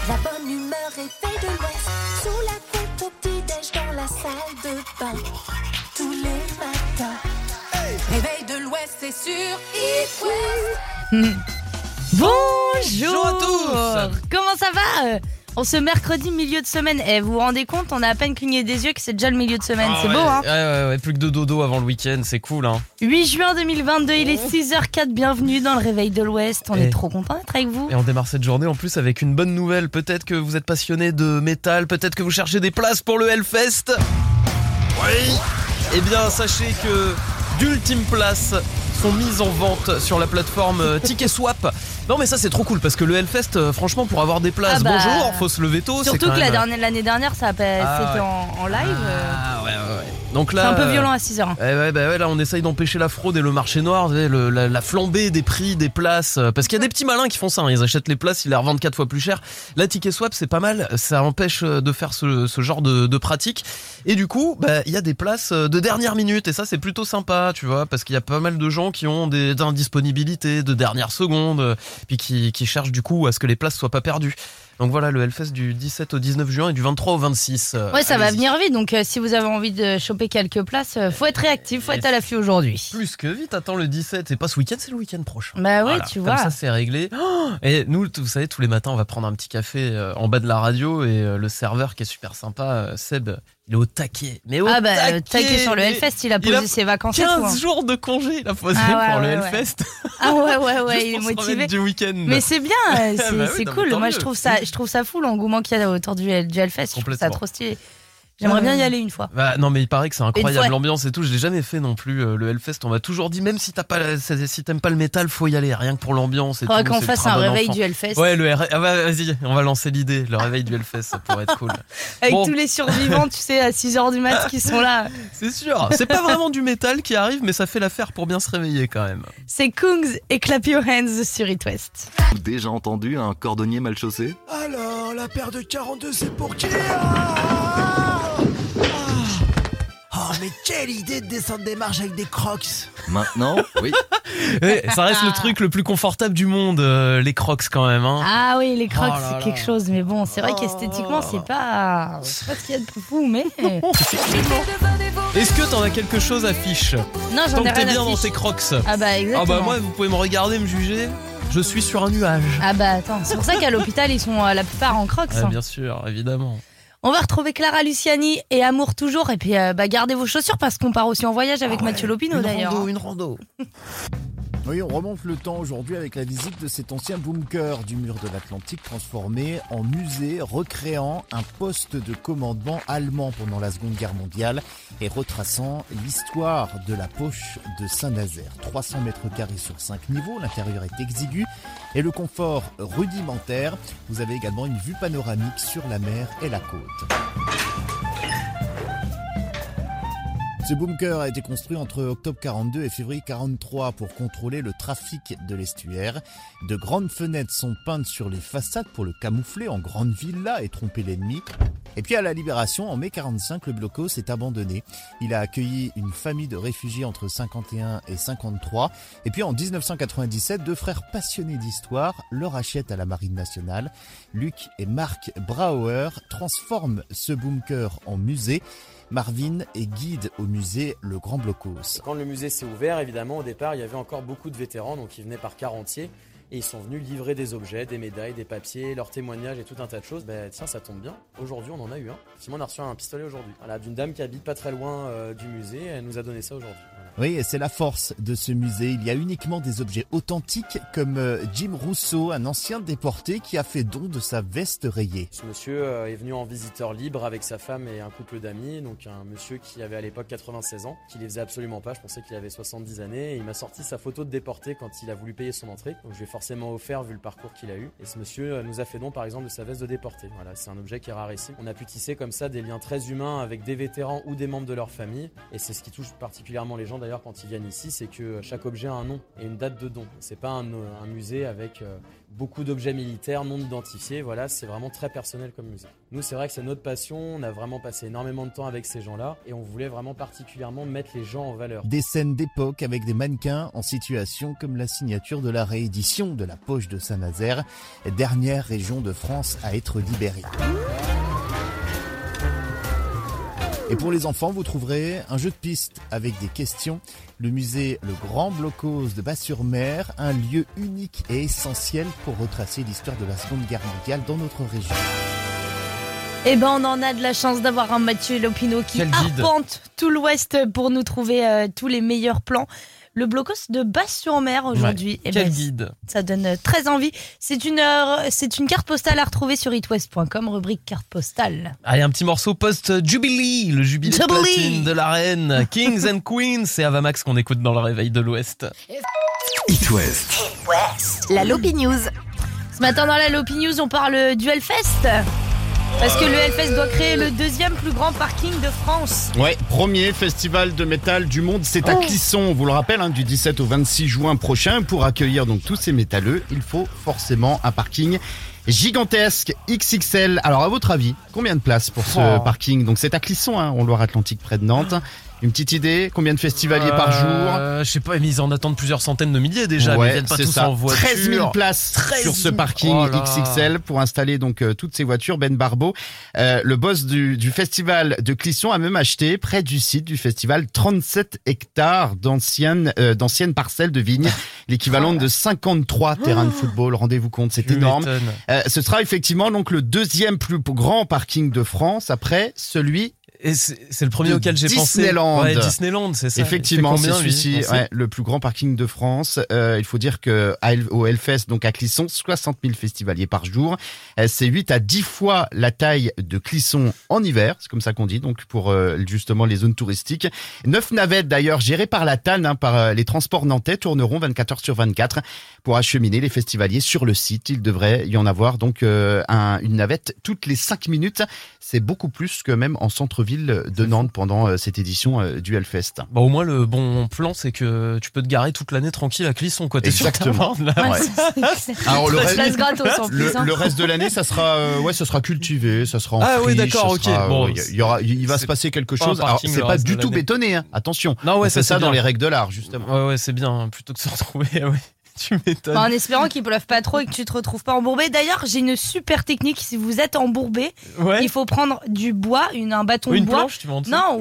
La bonne humeur réveil de l'Ouest. Sous la couette au petit-déj dans la salle de bain. Tous les matins. Réveil de l'Ouest, c'est sur It West. Bonjour à tous. Comment ça va on se mercredi milieu de semaine. Vous vous rendez compte, on a à peine cligné des yeux que c'est déjà le milieu de semaine. C'est ouais, beau hein. Ouais, plus que de dodo avant le week-end, c'est cool hein. 8 juin 2022, il est 6h04, bienvenue dans le Réveil de l'Ouest. On est trop content d'être avec vous. Et on démarre cette journée en plus avec une bonne nouvelle. Peut-être que vous êtes passionné de métal, peut-être que vous cherchez des places pour le Hellfest. Oui. Eh bien, sachez que d'ultimes places sont mises en vente sur la plateforme TicketSwap. Non mais ça c'est trop cool parce que le Hellfest, franchement pour avoir des places, bonjour, faut se lever tôt. Surtout c'est que quand même... l'année dernière ça c'était en live. Ah ouais. Donc là, c'est un peu violent à 6h. Ouais, là on essaye d'empêcher la fraude et le marché noir, la flambée des prix des places. Parce qu'il y a des petits malins qui font ça, ils achètent les places, ils les revendent 4 fois plus cher. La TicketSwap c'est pas mal, ça empêche de faire ce genre de pratique. Et du coup, il y a des places de dernière minute et ça c'est plutôt sympa, tu vois, parce qu'il y a pas mal de gens qui ont des indisponibilités de dernière seconde, puis qui cherchent du coup à ce que les places soient pas perdues. Donc voilà, le Hellfest du 17 au 19 juin et du 23 au 26. Ouais, ça va venir vite, donc si vous avez envie de choper quelques places, faut être réactif, faut être à l'affût aujourd'hui. Plus que vite, attends le 17, c'est pas ce week-end, c'est le week-end prochain. Bah oui, voilà, tu vois. Comme ça c'est réglé. Et nous, vous savez, tous les matins, on va prendre un petit café en bas de la radio et le serveur qui est super sympa, Seb, il est au taquet. Mais au taquet sur le Hellfest, il a posé ses vacances 15 et tout, hein. jours de congé, il a posé pour le Hellfest. Ah ouais, il est Juste pour se motivé. remettre du week-end. Mais c'est bien, c'est non, cool. mais Moi, mieux. je trouve ça fou l'engouement qu'il y a autour du Hellfest. Je trouve ça trop stylé. J'aimerais bien y aller une fois. Non mais il paraît que c'est incroyable l'ambiance et tout. Je l'ai jamais fait non plus le Hellfest. On m'a toujours dit même si t'aimes pas le métal, faut y aller rien que pour l'ambiance. Faudrait qu'on fasse un réveil du Hellfest. Ouais vas-y, on va lancer l'idée. Le réveil du Hellfest, ça pourrait être cool. Avec tous les survivants, tu sais, à 6h du mat qui sont là. C'est sûr. C'est pas vraiment du métal qui arrive, mais ça fait l'affaire pour bien se réveiller quand même. C'est Kungs et Clap Your Hands sur It West. Déjà entendu un cordonnier mal chaussé? Alors, la paire de 42, c'est pour qui? Oh, mais quelle idée de descendre des marches avec des crocs. Maintenant, oui. Ça reste le truc le plus confortable du monde, les crocs quand même. Hein. Ah oui, les crocs, c'est quelque chose. Mais bon, c'est vrai qu'esthétiquement, c'est pas ce qu'il y a de plus fou, mais... Est-ce que t'en as quelque chose à fiche? Non, j'en ai rien à fiche. Tant que t'es bien dans tes crocs. Ah bah exactement. Moi, vous pouvez me regarder, me juger. Je suis sur un nuage. Ah bah attends, c'est pour ça qu'à l'hôpital, ils sont la plupart en crocs. Ah, bien sûr, évidemment. On va retrouver Clara Luciani et Amour toujours. Et puis gardez vos chaussures parce qu'on part aussi en voyage avec Mathieu Lopino d'ailleurs. Une rando. Oui, on remonte le temps aujourd'hui avec la visite de cet ancien bunker du mur de l'Atlantique transformé en musée, recréant un poste de commandement allemand pendant la Seconde Guerre mondiale et retraçant l'histoire de la poche de Saint-Nazaire. 300 mètres carrés sur 5 niveaux, l'intérieur est exigu et le confort rudimentaire. Vous avez également une vue panoramique sur la mer et la côte. Ce bunker a été construit entre octobre 42 et février 43 pour contrôler le trafic de l'estuaire. De grandes fenêtres sont peintes sur les façades pour le camoufler en grande villa et tromper l'ennemi. Et puis à la Libération, en mai 45, le blocos est abandonné. Il a accueilli une famille de réfugiés entre 51 et 53. Et puis en 1997, deux frères passionnés d'histoire le rachètent à la Marine nationale. Luc et Marc Brauer transforment ce bunker en musée. Marvin est guide au musée Le Grand Blocos. Quand le musée s'est ouvert, évidemment, au départ, il y avait encore beaucoup de vétérans, donc ils venaient par quart entier. Et ils sont venus livrer des objets, des médailles, des papiers, leurs témoignages et tout un tas de choses. Tiens, ça tombe bien. Aujourd'hui, on en a eu un. Simon a reçu un pistolet aujourd'hui. Voilà, d'une dame qui habite pas très loin du musée. Elle nous a donné ça aujourd'hui. Voilà. Oui, et c'est la force de ce musée. Il y a uniquement des objets authentiques comme Jim Rousseau, un ancien déporté qui a fait don de sa veste rayée. Ce monsieur est venu en visiteur libre avec sa femme et un couple d'amis. Donc un monsieur qui avait à l'époque 96 ans, qui les faisait absolument pas. Je pensais qu'il avait 70 années. Et il m'a sorti sa photo de déporté quand il a voulu payer son entrée. Donc je lui ai forcément offert vu le parcours qu'il a eu. Et ce monsieur nous a fait don par exemple de sa veste de déporté. Voilà, c'est un objet qui est rarissime. On a pu tisser comme ça des liens très humains avec des vétérans ou des membres de leur famille. Et c'est ce qui touche particulièrement les gens d'ailleurs quand ils viennent ici, c'est que chaque objet a un nom et une date de don. C'est pas un musée avec beaucoup d'objets militaires non identifiés. Voilà, c'est vraiment très personnel comme musée. Nous, c'est vrai que c'est notre passion. On a vraiment passé énormément de temps avec ces gens-là et on voulait vraiment particulièrement mettre les gens en valeur. Des scènes d'époque avec des mannequins en situation comme la signature de la réédition de la poche de Saint-Nazaire, dernière région de France à être libérée. Et pour les enfants, vous trouverez un jeu de piste avec des questions. Le musée Le Grand Blocos de Bas-sur-Mer, un lieu unique et essentiel pour retracer l'histoire de la Seconde Guerre mondiale dans notre région. Eh ben, on en a de la chance d'avoir un Mathieu Lopino qui arpente tout l'Ouest pour nous trouver tous les meilleurs plans. Le Blocos de Bas-sur-Mer aujourd'hui. Ouais, quel guide. Ça donne très envie. C'est une carte postale à retrouver sur itwest.com, rubrique carte postale. Allez, un petit morceau post-Jubilee, le jubilé de platine de la reine. Kings and Queens, c'est Avamax qu'on écoute dans le réveil de l'Ouest. It West. La Lopi News. Ce matin dans la Lopi News, on parle du Hellfest. Parce que le Hellfest doit créer le deuxième plus grand parking de France. Ouais, premier festival de métal du monde, c'est à Clisson, on vous le rappelle, du 17 au 26 juin prochain. Pour accueillir donc tous ces métalleux, il faut forcément un parking gigantesque, XXL. Alors à votre avis, combien de places pour ce parking? Donc c'est à Clisson, en Loire-Atlantique, près de Nantes. Une petite idée? Combien de festivaliers par jour? Je sais pas, mais ils en attendent plusieurs centaines de milliers déjà. Ouais, mais ils viennent pas c'est tous ça. en voiture. 13 000 places sur ce parking XXL pour installer donc toutes ces voitures. Ben Barbeau, le boss du festival de Clisson, a même acheté près du site du festival 37 hectares d'anciennes parcelles de vignes, l'équivalent de 53 terrains de football. Rendez-vous compte, c'est énorme. Ce sera effectivement donc le deuxième plus grand parking de France après celui Et c'est le premier auquel j'ai pensé. Ouais, Disneyland, c'est ça. Effectivement, c'est celui-ci, le plus grand parking de France. Il faut dire que au Hellfest, donc à Clisson, 60 000 festivaliers par jour. C'est 8 à 10 fois la taille de Clisson en hiver. C'est comme ça qu'on dit, donc pour justement les zones touristiques. 9 navettes d'ailleurs gérées par la TAN, par les transports nantais, tourneront 24 heures sur 24 pour acheminer les festivaliers sur le site. Il devrait y en avoir donc une navette toutes les 5 minutes. C'est beaucoup plus que même en centre-ville de Nantes pendant cette édition du Hellfest. Bah, au moins, le bon plan, c'est que tu peux te garer toute l'année tranquille à Clisson, quoi. T'es exactement. Sûr là. Ouais. Alors, le reste de l'année, ça sera cultivé, ça sera en friche. Ah oui, d'accord, ok. Bon, il va se passer quelque chose. Alors, c'est pas du tout bétonné, attention. Non, ouais, c'est ça bien. Dans les règles de l'art, justement. Ouais, c'est bien, plutôt que de se retrouver, Tu m'étonnes. En espérant qu'il pleuve pas trop et que tu te retrouves pas embourbé. D'ailleurs, j'ai une super technique. Si vous êtes embourbé, il faut prendre du bois, un bâton de bois. Planche, tu montes. Non,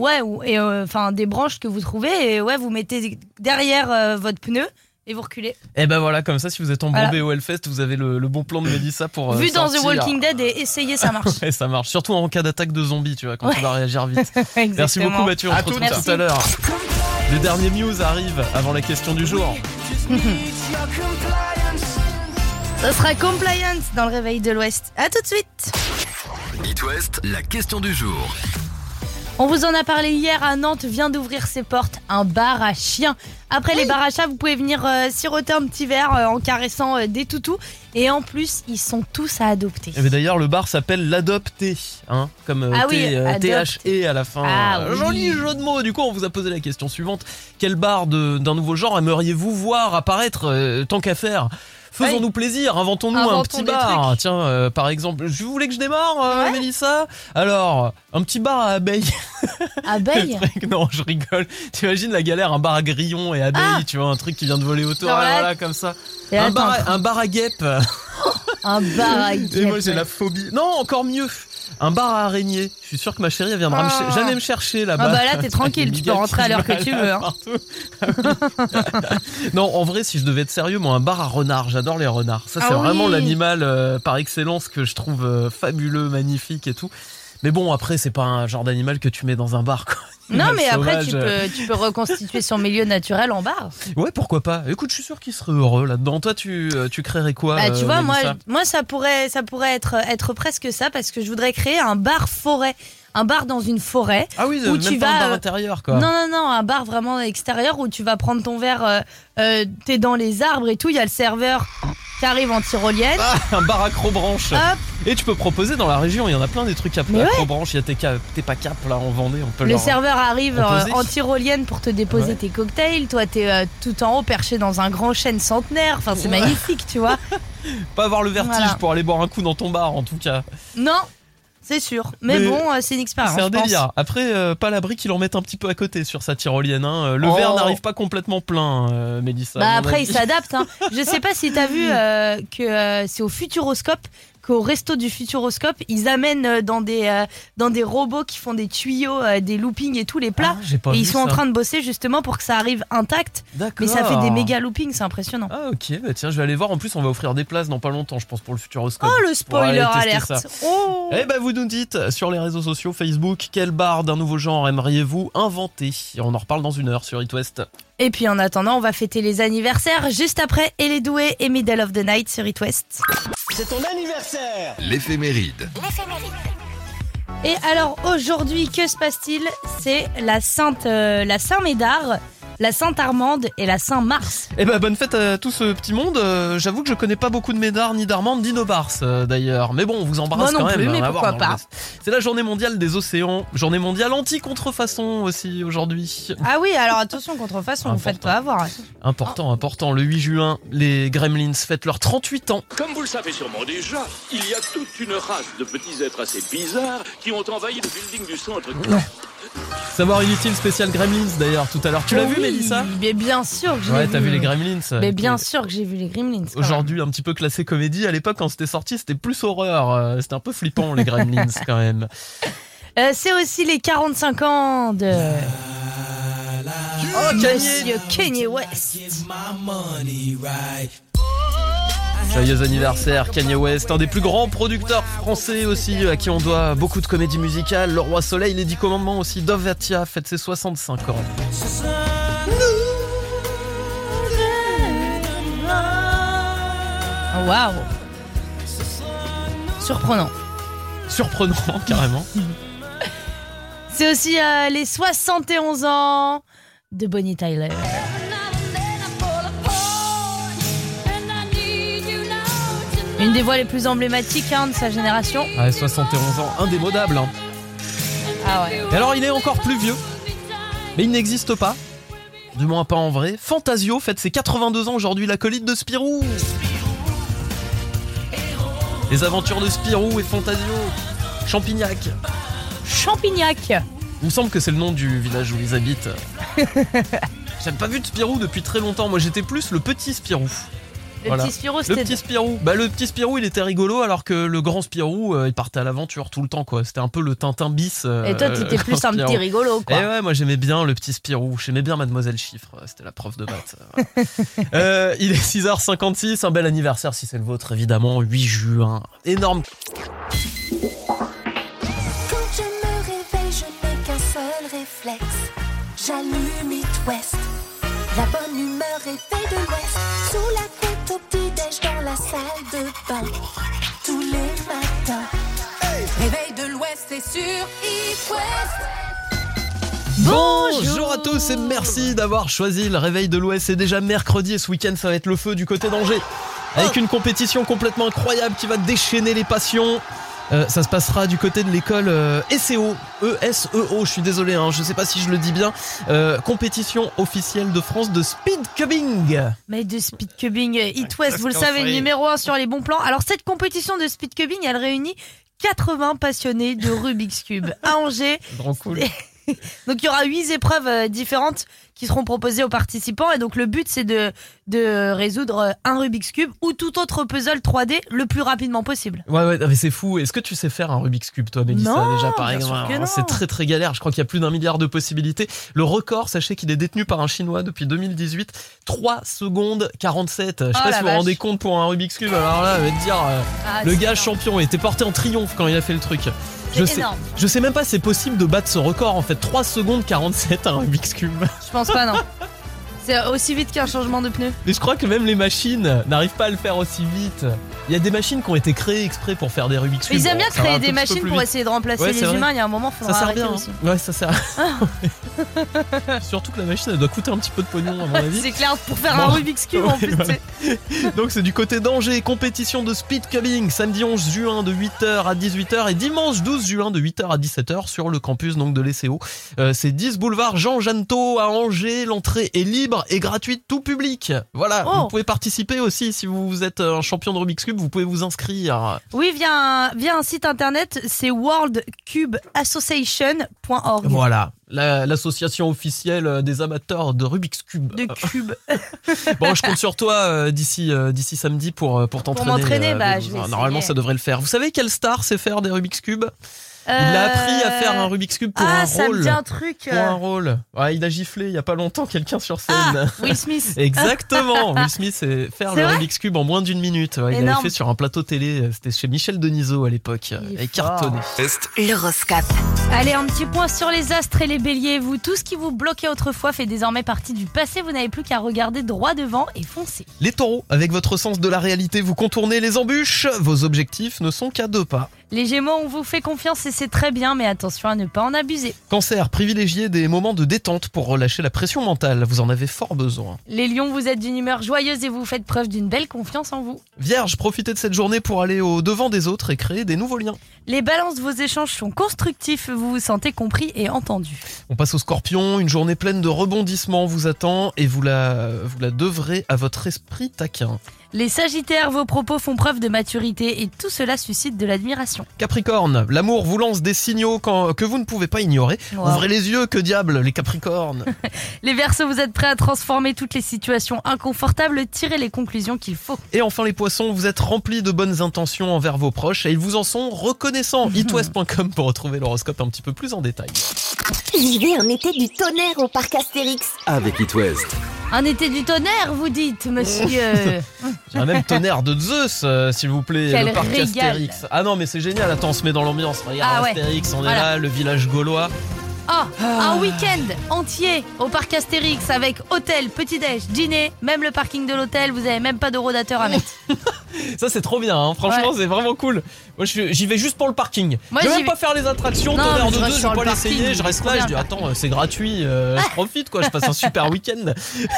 des branches que vous trouvez et vous mettez derrière votre pneu et vous reculez. Et ben voilà, comme ça, si vous êtes embourbé au Hellfest, vous avez le bon plan de Mélissa pour vu dans sortir. The Walking Dead et essayer, ça marche. Ouais, ça marche. Surtout en cas d'attaque de zombies, tu vois, quand tu vas réagir vite. Merci beaucoup, Mathieu. On se retrouve tout à l'heure. Le dernier news arrive avant la question du jour. Ça sera Compliance dans le réveil de l'Ouest. À tout de suite. It West, la question du jour. On vous en a parlé hier, à Nantes vient d'ouvrir ses portes un bar à chiens. Après les bars à chats, vous pouvez venir siroter un petit verre en caressant des toutous. Et en plus, ils sont tous à adopter. Et d'ailleurs, le bar s'appelle l'Adopté, comme T-H-E à la fin. Joli jeu de mots. Du coup, on vous a posé la question suivante. Quel bar d'un nouveau genre aimeriez-vous voir apparaître tant qu'à faire? Faisons-nous plaisir, inventons-nous un petit bar. Tiens, par exemple, vous voulez que je démarre, Mélissa? Alors, un petit bar à abeilles. Abeilles? Non, je rigole. T'imagines la galère, un bar à grillons et abeilles, tu vois, un truc qui vient de voler autour, voilà, comme ça. Un bar à guêpes. Un bar à guêpes. Et moi, j'ai la phobie. Non, encore mieux. Un bar à araignées. Je suis sûr que ma chérie, elle viendra jamais me chercher là-bas. Ah bah là, t'es tranquille, tu peux rentrer à l'heure que tu veux. Non, en vrai, si je devais être sérieux, moi, un bar à renards. J'adore les renards. Ça, c'est vraiment l'animal par excellence que je trouve fabuleux, magnifique et tout. Mais bon, après, c'est pas un genre d'animal que tu mets dans un bar, quoi. Non, mais après, tu peux reconstituer son milieu naturel en bar. Ouais, pourquoi pas. Écoute, je suis sûr qu'il serait heureux là-dedans. Toi, tu créerais quoi? Tu vois, moi, ça pourrait être presque ça, parce que je voudrais créer un bar forêt. Un bar dans une forêt. Ah oui, où même tu pas vas, un bar intérieur, quoi. Non, un bar vraiment extérieur où tu vas prendre ton verre, t'es dans les arbres et tout, il y a le serveur qui arrive en tyrolienne. Un bar accrobranche. Et tu peux proposer dans la région, il y en a plein des trucs accrobranche. Il y a t'es pas cap là en Vendée, on peut le serveur arrive en tyrolienne pour te déposer tes cocktails. Toi, t'es tout en haut perché dans un grand chêne centenaire. Enfin, c'est magnifique, tu vois. Pas avoir le vertige Voilà. pour aller boire un coup dans ton bar en tout cas. Non, c'est sûr. Mais bon, c'est une expérience. C'est un je pense. délire. Après, pas l'abri qu'ils en mettent un petit peu à côté sur sa tyrolienne. Hein. Le Oh. verre n'arrive pas complètement plein, Mélissa. à Bah mon après, avis. il s'adapte. Hein. Je sais pas si t'as vu que c'est au Futuroscope, qu'au resto du Futuroscope, ils amènent dans des robots qui font des tuyaux, des loopings et tout les plats. Ah, j'ai pas Et vu ils sont en ça. train de bosser justement pour que ça arrive intact. D'accord. Mais ça fait des méga loopings, c'est impressionnant. Ah ok, bah tiens, je vais aller voir. En plus, on va offrir des places dans pas longtemps, je pense, pour le Futuroscope. Oh le spoiler Pour aller tester alerte. ça. Oh. Eh ben vous nous dites sur les réseaux sociaux, Facebook, quel bar d'un nouveau genre aimeriez-vous inventer? On en reparle dans une heure sur It West. Et puis en attendant, on va fêter les anniversaires juste après Et les Doués et Middle of the Night sur It West. C'est ton anniversaire. L'éphéméride. Et alors aujourd'hui, que se passe-t-il? C'est la Saint-Médard, la Sainte-Armande et la Saint-Mars. Eh ben bonne fête à tout ce petit monde. J'avoue que je connais pas beaucoup de Médard, ni d'Armande, ni de Mars d'ailleurs. Mais bon, on vous embrasse Moi non quand plus, même. mais On va pourquoi voir dans le pas. reste. C'est la journée mondiale des océans, journée mondiale anti-contrefaçon aussi aujourd'hui. Ah oui, alors attention, contrefaçon, vous faites pas avoir. Important. Le 8 juin, les Gremlins fêtent leurs 38 ans. Comme vous le savez sûrement déjà, il y a toute une race de petits êtres assez bizarres qui ont envahi le building du centre. Savoir inutile spécial Gremlins d'ailleurs tout à l'heure. Tu l'as vu, Oui, Mélissa? Mais bien sûr que j'ai Ouais, vu. t'as vu les Gremlins. Mais bien sûr que j'ai vu les Gremlins. quand même. Aujourd'hui, un petit peu classé comédie. À l'époque, quand c'était sorti, c'était plus horreur. C'était un peu flippant, les Gremlins, quand même. C'est aussi les 45 ans de Monsieur Kanye West. Joyeux anniversaire, Kanye West, un des plus grands producteurs français aussi, à qui on doit beaucoup de comédies musicales. Le Roi Soleil, les 10 Commandements aussi. Dove Vertia fête ses 65 ans. Oh, waouh. Surprenant. Surprenant, carrément. C'est aussi les 71 ans de Bonnie Tyler. Une des voix les plus emblématiques de sa génération. Ouais, 71 ans, indémodable. Hein. Ah ouais. Et alors, il est encore plus vieux, mais il n'existe pas. Du moins pas en vrai. Fantasio fête ses 82 ans aujourd'hui, l'acolyte de Spirou. Les aventures de Spirou et Fantasio. Champignac. Champignac. Il me semble que c'est le nom du village où ils habitent. J'avais pas vu de Spirou depuis très longtemps. Moi, j'étais plus le petit Spirou. Le petit Spirou, Le c'était... petit Spirou. Bah, le petit Spirou, il était rigolo, alors que le grand Spirou, il partait à l'aventure tout le temps, quoi. C'était un peu le Tintin bis. Et toi, t'étais plus un petit rigolo, quoi. Et ouais, moi, j'aimais bien le petit Spirou. J'aimais bien Mademoiselle Chiffre. C'était la prof de maths. Voilà. Il est 6h56. Un bel anniversaire, si c'est le vôtre, évidemment. 8 juin. Énorme. Quand je me réveille, je n'ai qu'un seul réflexe. J'allume It West. La bonne humeur réveille de l'Ouest. Sous la couette au petit-déj dans la salle de bain. Tous les matins. Réveil de l'Ouest, c'est sur It West. Bonjour à tous et merci d'avoir choisi le Réveil de l'Ouest. C'est déjà mercredi et ce week-end, ça va être le feu du côté d'Angers. Avec une compétition complètement incroyable qui va déchaîner les passions. Ça se passera du côté de l'école ESEO, E-S-E-O, je suis désolé, je sais pas si je le dis bien. Compétition officielle de France de speedcubbing. Mais de speedcubbing, It West, vous le Qu'est-ce qu'on savez, fait numéro 1 sur les bons plans. Alors cette compétition de speedcubbing, elle réunit 80 passionnés de Rubik's Cube à Angers. Trop cool. Donc il y aura 8 épreuves différentes qui seront proposées aux participants et donc le but c'est de résoudre un Rubik's Cube ou tout autre puzzle 3D le plus rapidement possible. Ouais, mais c'est fou. Est-ce que tu sais faire un Rubik's Cube, toi, Mélissa? Non, déjà, par bien sûr exemple, que non. c'est très très galère. Je crois qu'il y a plus d'1 milliard de possibilités. Le record, sachez qu'il est détenu par un Chinois depuis 2018. 3 secondes 47. Je sais pas la si vous vous vache. rendez compte pour un Rubik's Cube. Alors là, je vais te dire, le c'est gars énorme. champion était porté en triomphe quand il a fait le truc. C'est énorme. Je sais même pas si c'est possible de battre ce record en fait. 3 secondes 47 un Rubik's Cube. Je pense pas, non. C'est aussi vite qu'un changement de pneu. Mais je crois que même les machines n'arrivent pas à le faire aussi vite. Il y a des machines qui ont été créées exprès pour faire des Rubik's Cube. Ils aiment bien Bon, ça va créer un des tout petit peu machines plus pour vite. essayer de remplacer Ouais, c'est les vrai. humains. Il y a un moment, il faudra Ça sert arrêter bien. aussi. Ouais, ça sert. Surtout que la machine, elle doit coûter un petit peu de pognon, à mon avis. C'est clair, pour faire un Rubik's Cube en plus. Voilà. Donc c'est du côté d'Angers, compétition de speed cubing, samedi 11 juin de 8h à 18h et dimanche 12 juin de 8h à 17h sur le campus donc de l'ECO. C'est 10 boulevard Jean Jannetot à Angers, l'entrée est libre et gratuite, tout public. Voilà, vous pouvez participer aussi si vous êtes un champion de Rubik's Cube, vous pouvez vous inscrire. Oui, via un site internet, c'est worldcubeassociation.org. Voilà. L'association officielle des amateurs de Rubik's Cube. De cube. Bon, je compte sur toi d'ici samedi pour t'entraîner. Pour m'entraîner, je vais normalement, essayer. ça devrait le faire. Vous savez quelle star sait faire des Rubik's Cube ? Il a appris à faire un Rubik's Cube pour un ça rôle. me dit un truc. Pour un rôle. Ouais, il a giflé il y a pas longtemps quelqu'un sur scène. Will Smith. Exactement. Will Smith sait faire le vrai Rubik's Cube en moins d'une minute. Ouais, il l'avait fait sur un plateau télé. C'était chez Michel Denisot à l'époque. Il cartonné. L'horoscope. Allez, un petit point sur les astres et les béliers. Vous, tout ce qui vous bloquait autrefois fait désormais partie du passé. Vous n'avez plus qu'à regarder droit devant et foncer. Les taureaux, avec votre sens de la réalité, vous contournez les embûches. Vos objectifs ne sont qu'à 2 pas. Les gémeaux, on vous fait confiance et c'est très bien, mais attention à ne pas en abuser. Cancer, privilégiez des moments de détente pour relâcher la pression mentale. Vous en avez fort besoin. Les lions, vous êtes d'une humeur joyeuse et vous faites preuve d'une belle confiance en vous. Vierge, profitez de cette journée pour aller au devant des autres et créer des nouveaux liens. Les balances, vos échanges sont constructifs, vous vous sentez compris et entendu. On passe au scorpion, une journée pleine de rebondissements vous attend et vous la devrez à votre esprit taquin. Les sagittaires, vos propos font preuve de maturité et tout cela suscite de l'admiration. Capricorne, l'amour vous lance des signaux que vous ne pouvez pas ignorer. Wow. Ouvrez les yeux, que diable, les capricornes. Les Verseaux, vous êtes prêts à transformer toutes les situations inconfortables, tirez les conclusions qu'il faut. Et enfin les poissons, vous êtes remplis de bonnes intentions envers vos proches et ils vous en sont reconnaissants. itwest.com pour retrouver l'horoscope un petit peu plus en détail. Vivez un été du tonnerre au parc Astérix. Avec It West. Un été du tonnerre, vous dites, monsieur. J'ai même tonnerre de Zeus, s'il vous plaît, Quel le parc régal. Astérix. Ah non, mais c'est génial, attends, on se met dans l'ambiance. Regarde Ah ouais. Astérix, on Voilà. est là, le village gaulois. Un week-end entier au parc Astérix avec hôtel, petit-déj, dîner, même le parking de l'hôtel, vous avez même pas de rodateur à mettre. Ça, c'est trop bien, hein. Franchement, Ouais. c'est vraiment cool. Moi, j'y vais juste pour le parking. Moi, je vais j'y même pas vais- faire les attractions, Non, tonnerre mais de je reste Zeus, je sur vais pas le l'essayer. parking, Je reste c'est là, trop je dis, bien. attends, c'est gratuit, je profite, quoi, je passe un super week-end.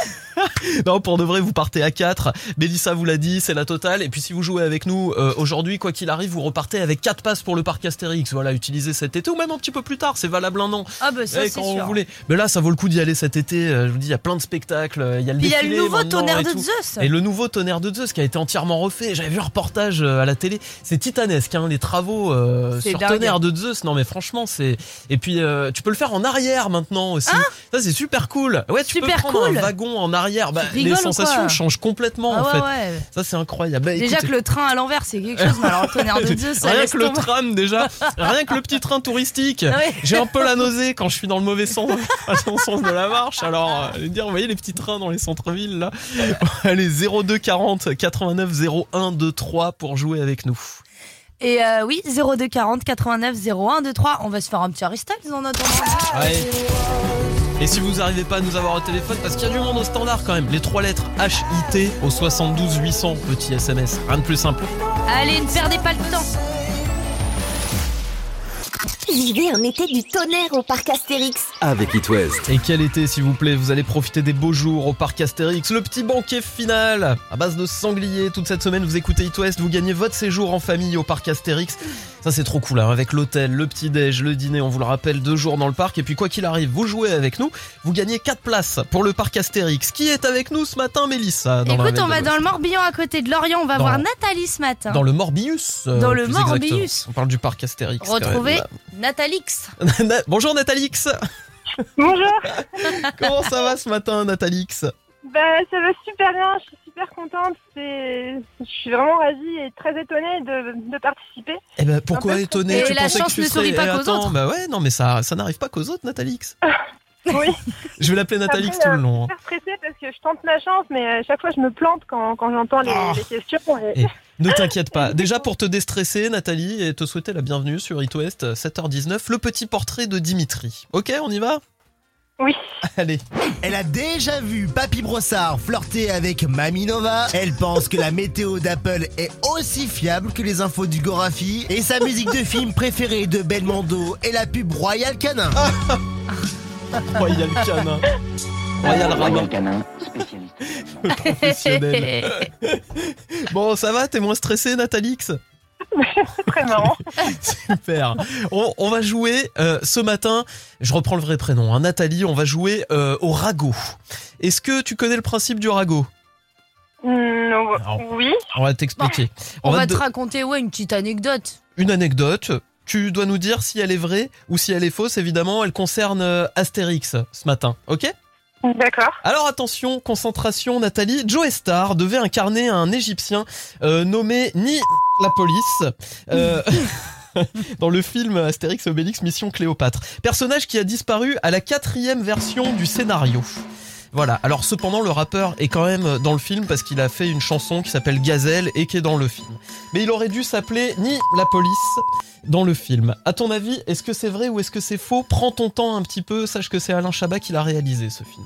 Non, pour de vrai, vous partez à 4. Mélissa vous l'a dit, c'est la totale. Et puis, si vous jouez avec nous aujourd'hui, quoi qu'il arrive, vous repartez avec 4 passes pour le parc Astérix. Voilà, utilisez cet été ou même un petit peu plus tard, c'est valable un an. Ah bah ça, Eh, c'est quand vous sûr. voulez. Mais là, ça vaut le coup d'y aller cet été. Je vous dis, il y a plein de spectacles. Il y a le Puis il y a défilé le nouveau maintenant tonnerre et de tout. Zeus. Et le nouveau tonnerre de Zeus qui a été entièrement refait. J'avais vu un reportage à la télé. C'est titanesque, hein, les travaux C'est sur dingue. tonnerre de Zeus. Non mais franchement, c'est. Et puis tu peux le faire en arrière maintenant aussi. Ça c'est super cool. Ouais, tu Super peux prendre cool. un wagon en arrière. Bah, rigoles les ou sensations quoi changent complètement Ah en ouais, fait. ouais. Ça c'est incroyable. Bah, Déjà écoutez, que le train à l'envers, c'est quelque chose, mais alors le tonnerre de Zeus, ça rien laisse que le tomber. tram déjà, rien que le petit train touristique. Ah ouais. J'ai un peu la nausée quand je suis dans le mauvais sens, dans le sens de la marche. Alors, allez dire, vous voyez les petits trains dans les centres-villes là. Allez 02 40 89 01 23 pour jouer avec nous. Et oui, 02 40 89 01 23. On va se faire un petit Aristotle en attendant. Ouais. Et si vous n'arrivez pas à nous avoir au téléphone, parce qu'il y a du monde au standard quand même, les 3 lettres HIT au 72 800, petit SMS, rien de plus simple. Allez, ne perdez pas le temps. Vivez un été du tonnerre au parc Astérix. Avec It West. Et quel été s'il vous plaît, vous allez profiter des beaux jours au parc Astérix, le petit banquet final à base de sangliers. Toute cette semaine vous écoutez It West, vous gagnez votre séjour en famille au parc Astérix. Ça c'est trop cool, hein, avec l'hôtel, le petit déj, le dîner, on vous le rappelle, 2 jours dans le parc. Et puis quoi qu'il arrive, vous jouez avec nous, vous gagnez 4 places pour le parc Astérix. Qui est avec nous ce matin, Mélissa dans le Écoute, Réveil on de va l'Ouest. dans le Morbihan à côté de Lorient. On va Dans- voir Nathalie ce matin. Dans le Morbius. Dans le plus Morbius. exactement. On parle du parc Astérix. quand Retrouver même. Nathalix. Bonjour Nathalix. Bonjour. Comment ça va ce matin Nathalix? Bah, ça va super bien, je suis super contente. Je suis vraiment ravie et très étonnée de participer. Eh ben pourquoi Un peu étonné? stressée. Tu Et la pensais chance que tu ne sourit serais... pas qu'aux Attends, autres. Bah ouais, non mais ça n'arrive pas qu'aux autres Nathalix. Oui. Je vais l'appeler Nathalix Après, tout le long. hein. Je suis super stressée parce que je tente ma chance, mais à chaque fois je me plante quand j'entends les questions. Et ne t'inquiète pas. Déjà pour te déstresser Nathalie et te souhaiter la bienvenue sur It West 7h19, le petit portrait de Dimitri. Ok, on y va? Oui. Allez. Elle a déjà vu Papy Brossard flirter avec Mamie Nova. Elle pense que la météo d'Apple est aussi fiable que les infos du Gorafi. Et sa musique de film préférée de Belmondo est la pub Royal Canin. Royal Canin. Royal Rabbin. Canin, spécialiste. Professionnel. Bon, ça va? T'es moins stressée, Nathalix? C'est très marrant. Super. On va jouer ce matin, je reprends le vrai prénom, hein, Nathalie, on va jouer au ragot. Est-ce que tu connais le principe du ragot? Non, oui. On va t'expliquer. On va te raconter une petite anecdote. Une anecdote. Tu dois nous dire si elle est vraie ou si elle est fausse, évidemment. Elle concerne Astérix ce matin, ok? D'accord. Alors attention, concentration, Nathalie. Joe Star devait incarner un Égyptien nommé Ni la police dans le film Astérix et Obélix Mission Cléopâtre. Personnage qui a disparu à la 4e version du scénario. Voilà, alors cependant le rappeur est quand même dans le film parce qu'il a fait une chanson qui s'appelle Gazelle et qui est dans le film. Mais il aurait dû s'appeler Ni la police dans le film. À ton avis, est-ce que c'est vrai ou est-ce que c'est faux? Prends ton temps un petit peu, sache que c'est Alain Chabat qui l'a réalisé ce film.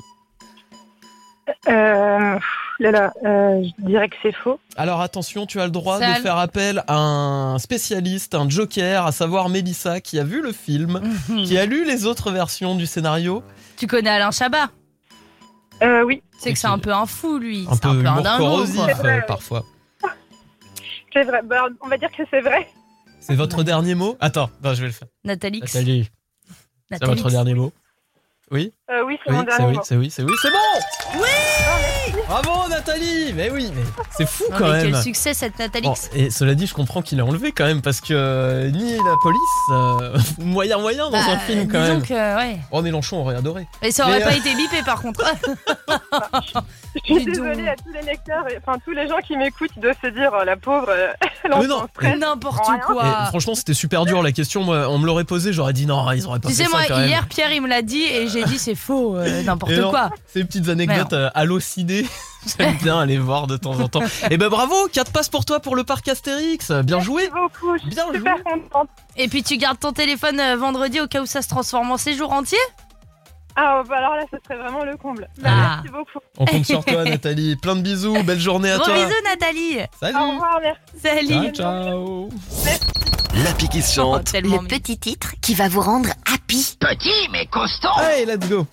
Je dirais que c'est faux. Alors attention, tu as le droit de faire appel à un spécialiste, un joker, à savoir Mélissa qui a vu le film, qui a lu les autres versions du scénario. Tu connais Alain Chabat? Oui. C'est que c'est un peu un fou, lui. Un c'est peu un humour dingo, corrosif parfois. C'est vrai. Bah, on va dire que c'est vrai. C'est votre dernier mot? Attends, je vais le faire. Nathalie. C'est votre dernier mot? Oui? Oui, c'est mon dernier mot. C'est bon! Oui! Bravo Nathalie! Mais oui, mais c'est fou non, quand mais même. Quel succès cette Nathalie. Bon, et cela dit, je comprends qu'il a enlevé quand même parce que ni la police, moyen dans un film quand même. Donc, ouais. Oh, Mélenchon aurait adoré. Et ça aurait pas été bipé par contre. Je suis désolée à tous les lecteurs, enfin tous les gens qui m'écoutent de se dire la pauvre, mais non, n'importe quoi. Et franchement, c'était super dur la question. Moi, on me l'aurait posé, j'aurais dit non, ils auraient pas fait ça. Tu sais, moi, quand hier, même. Pierre, il me l'a dit et j'ai dit c'est faux, n'importe quoi. Ces petites anecdotes hallucinées, j'aime bien aller voir de temps en temps. Et ben bravo, 4 passes pour toi pour le parc Astérix. Bien joué. Merci beaucoup, je suis bien super joué. contente. Et puis tu gardes ton téléphone vendredi au cas où ça se transforme en séjour entier? Ah bah alors là, ce serait vraiment le comble. Merci beaucoup. On compte sur toi, Nathalie. Plein de bisous, belle journée à toi. Gros bisous, Nathalie. Salut. Au revoir, merci. Salut. Ciao. L'appli qui se chante. Le petit titre qui va vous rendre happy. Petit mais costaud. Allez, let's go.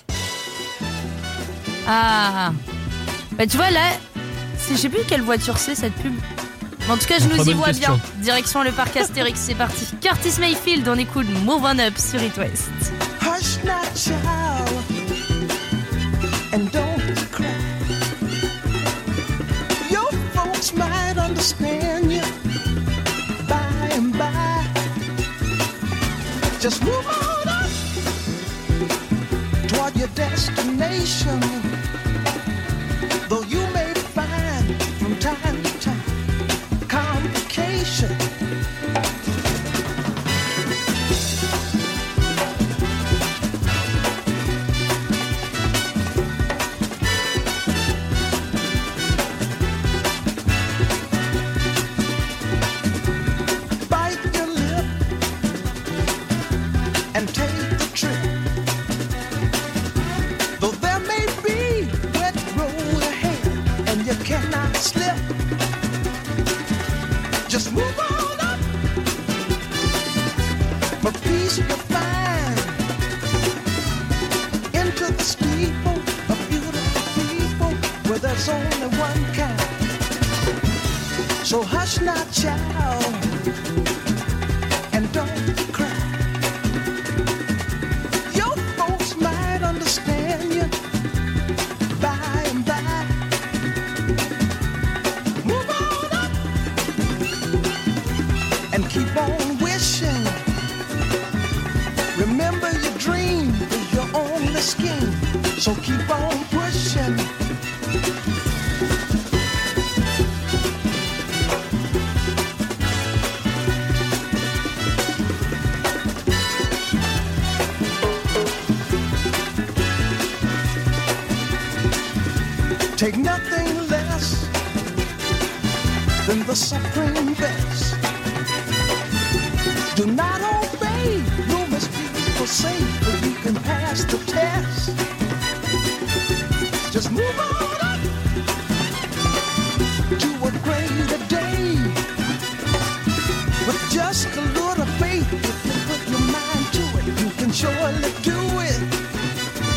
Ah. Bah tu vois là, je sais plus quelle voiture c'est cette pub. Mais en tout cas, je nous y vois bien. Direction le parc Astérix, c'est parti. Curtis Mayfield, on écoute Move On Up sur It West. Hush not, child, and don't cry. Your folks might understand you by and by. Just move on up toward your destination. Though you may find from time to time complications. Just move on up. For peace you'll find into the steeple of beautiful people where there's only one kind. So hush not, child, and don't cry. Your folks might understand you by and by. And keep on wishing. Remember your dream is your only scheme. So keep on pushing. Take nothing less than the supreme best. Do not obey rumors people say, but you can pass the test. Just move on up to a greater day. With just a little faith, if you put your mind to it, you can surely do it.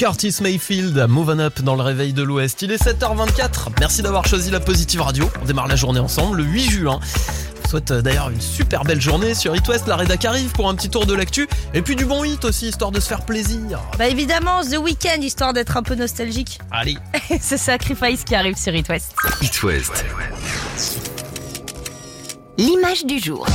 Curtis Mayfield, Move On Up dans le réveil de l'Ouest. Il est 7h24. Merci d'avoir choisi la Positive Radio. On démarre la journée ensemble le 8 juin. Je vous souhaite d'ailleurs une super belle journée sur It West. La rédac arrive pour un petit tour de l'actu. Et puis du bon hit aussi, histoire de se faire plaisir. Bah évidemment, The Weeknd, histoire d'être un peu nostalgique. Allez. C'est Sacrifice qui arrive sur It West. It West. L'image du jour.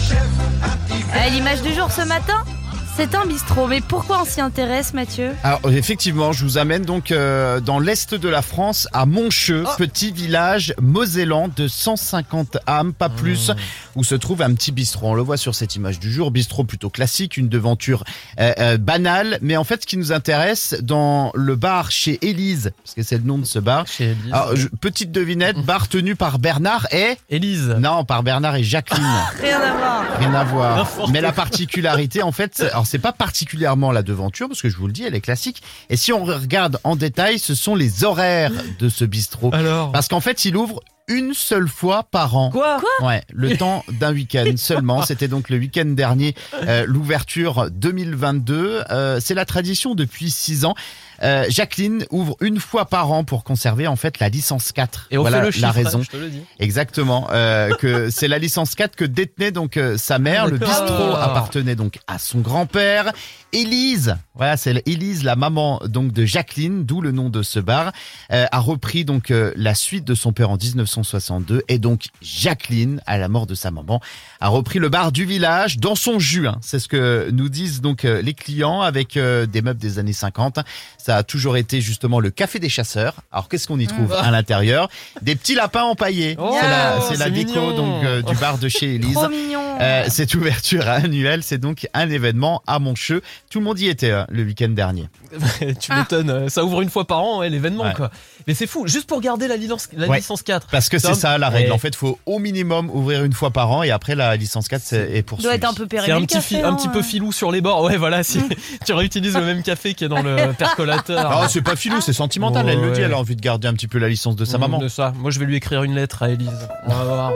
L'image du jour ce matin, c'est un bistrot. Mais pourquoi on s'y intéresse, Mathieu ? Alors effectivement, je vous amène donc dans l'est de la France, à Moncheux, petit village mosellan de 150 âmes, pas plus, où se trouve un petit bistrot. On le voit sur cette image du jour, bistrot plutôt classique, une devanture banale. Mais en fait, ce qui nous intéresse, dans le bar chez Élise, parce que c'est le nom de ce bar. Chez Élise. Alors, petite devinette, bar tenu par Bernard et... Élise. Non, par Bernard et Jacqueline. Rien à voir. Rien à voir. N'importe Mais la quoi. particularité, en fait, alors c'est pas particulièrement la devanture, parce que je vous le dis, elle est classique. Et si on regarde en détail, ce sont les horaires de ce bistrot. Alors Parce qu'en fait, il ouvre une seule fois par an. Quoi ? Ouais, le temps d'un week-end seulement. C'était donc le week-end dernier, l'ouverture 2022. C'est la tradition depuis 6 ans. Jacqueline ouvre une fois par an pour conserver en fait la licence 4. Et on voilà fait le chiffre, la raison. je te le dis. Exactement, que c'est la licence 4 que détenait donc sa mère. Le d'accord. bistrot appartenait donc à son grand-père. Élise, voilà, c'est Élise, la maman donc de Jacqueline, d'où le nom de ce bar, a repris donc la suite de son père en 1962 et donc Jacqueline, à la mort de sa maman, a repris le bar du village dans son jus. Hein. C'est ce que nous disent donc les clients avec des meubles des années 50. Ça a toujours été justement le café des chasseurs. Alors qu'est-ce qu'on y trouve à l'intérieur ? Des petits lapins empaillés. Oh, c'est la c'est déco mignon. donc du bar de chez Élise. Trop mignon. Cette ouverture annuelle, c'est donc un événement à Moncheux. Tout le monde y était le week-end dernier. Tu m'étonnes, ça ouvre une fois par an, l'événement, Ouais. quoi. Mais c'est fou, juste pour garder la licence Ouais. 4. Parce que c'est ça la règle. Ouais. En fait, il faut au minimum ouvrir une fois par an et après la licence 4 est poursuivie. Doit être un peu C'est périlleux. un le petit, café, un hein, petit peu filou sur les bords. Ouais, voilà, si tu réutilises le même café qui est dans le percolateur. Non, c'est pas filou, c'est sentimental. Elle le dit, Ouais. elle a envie de garder un petit peu la licence de sa maman. De ça. Moi, je vais lui écrire une lettre à Élise. On va voir.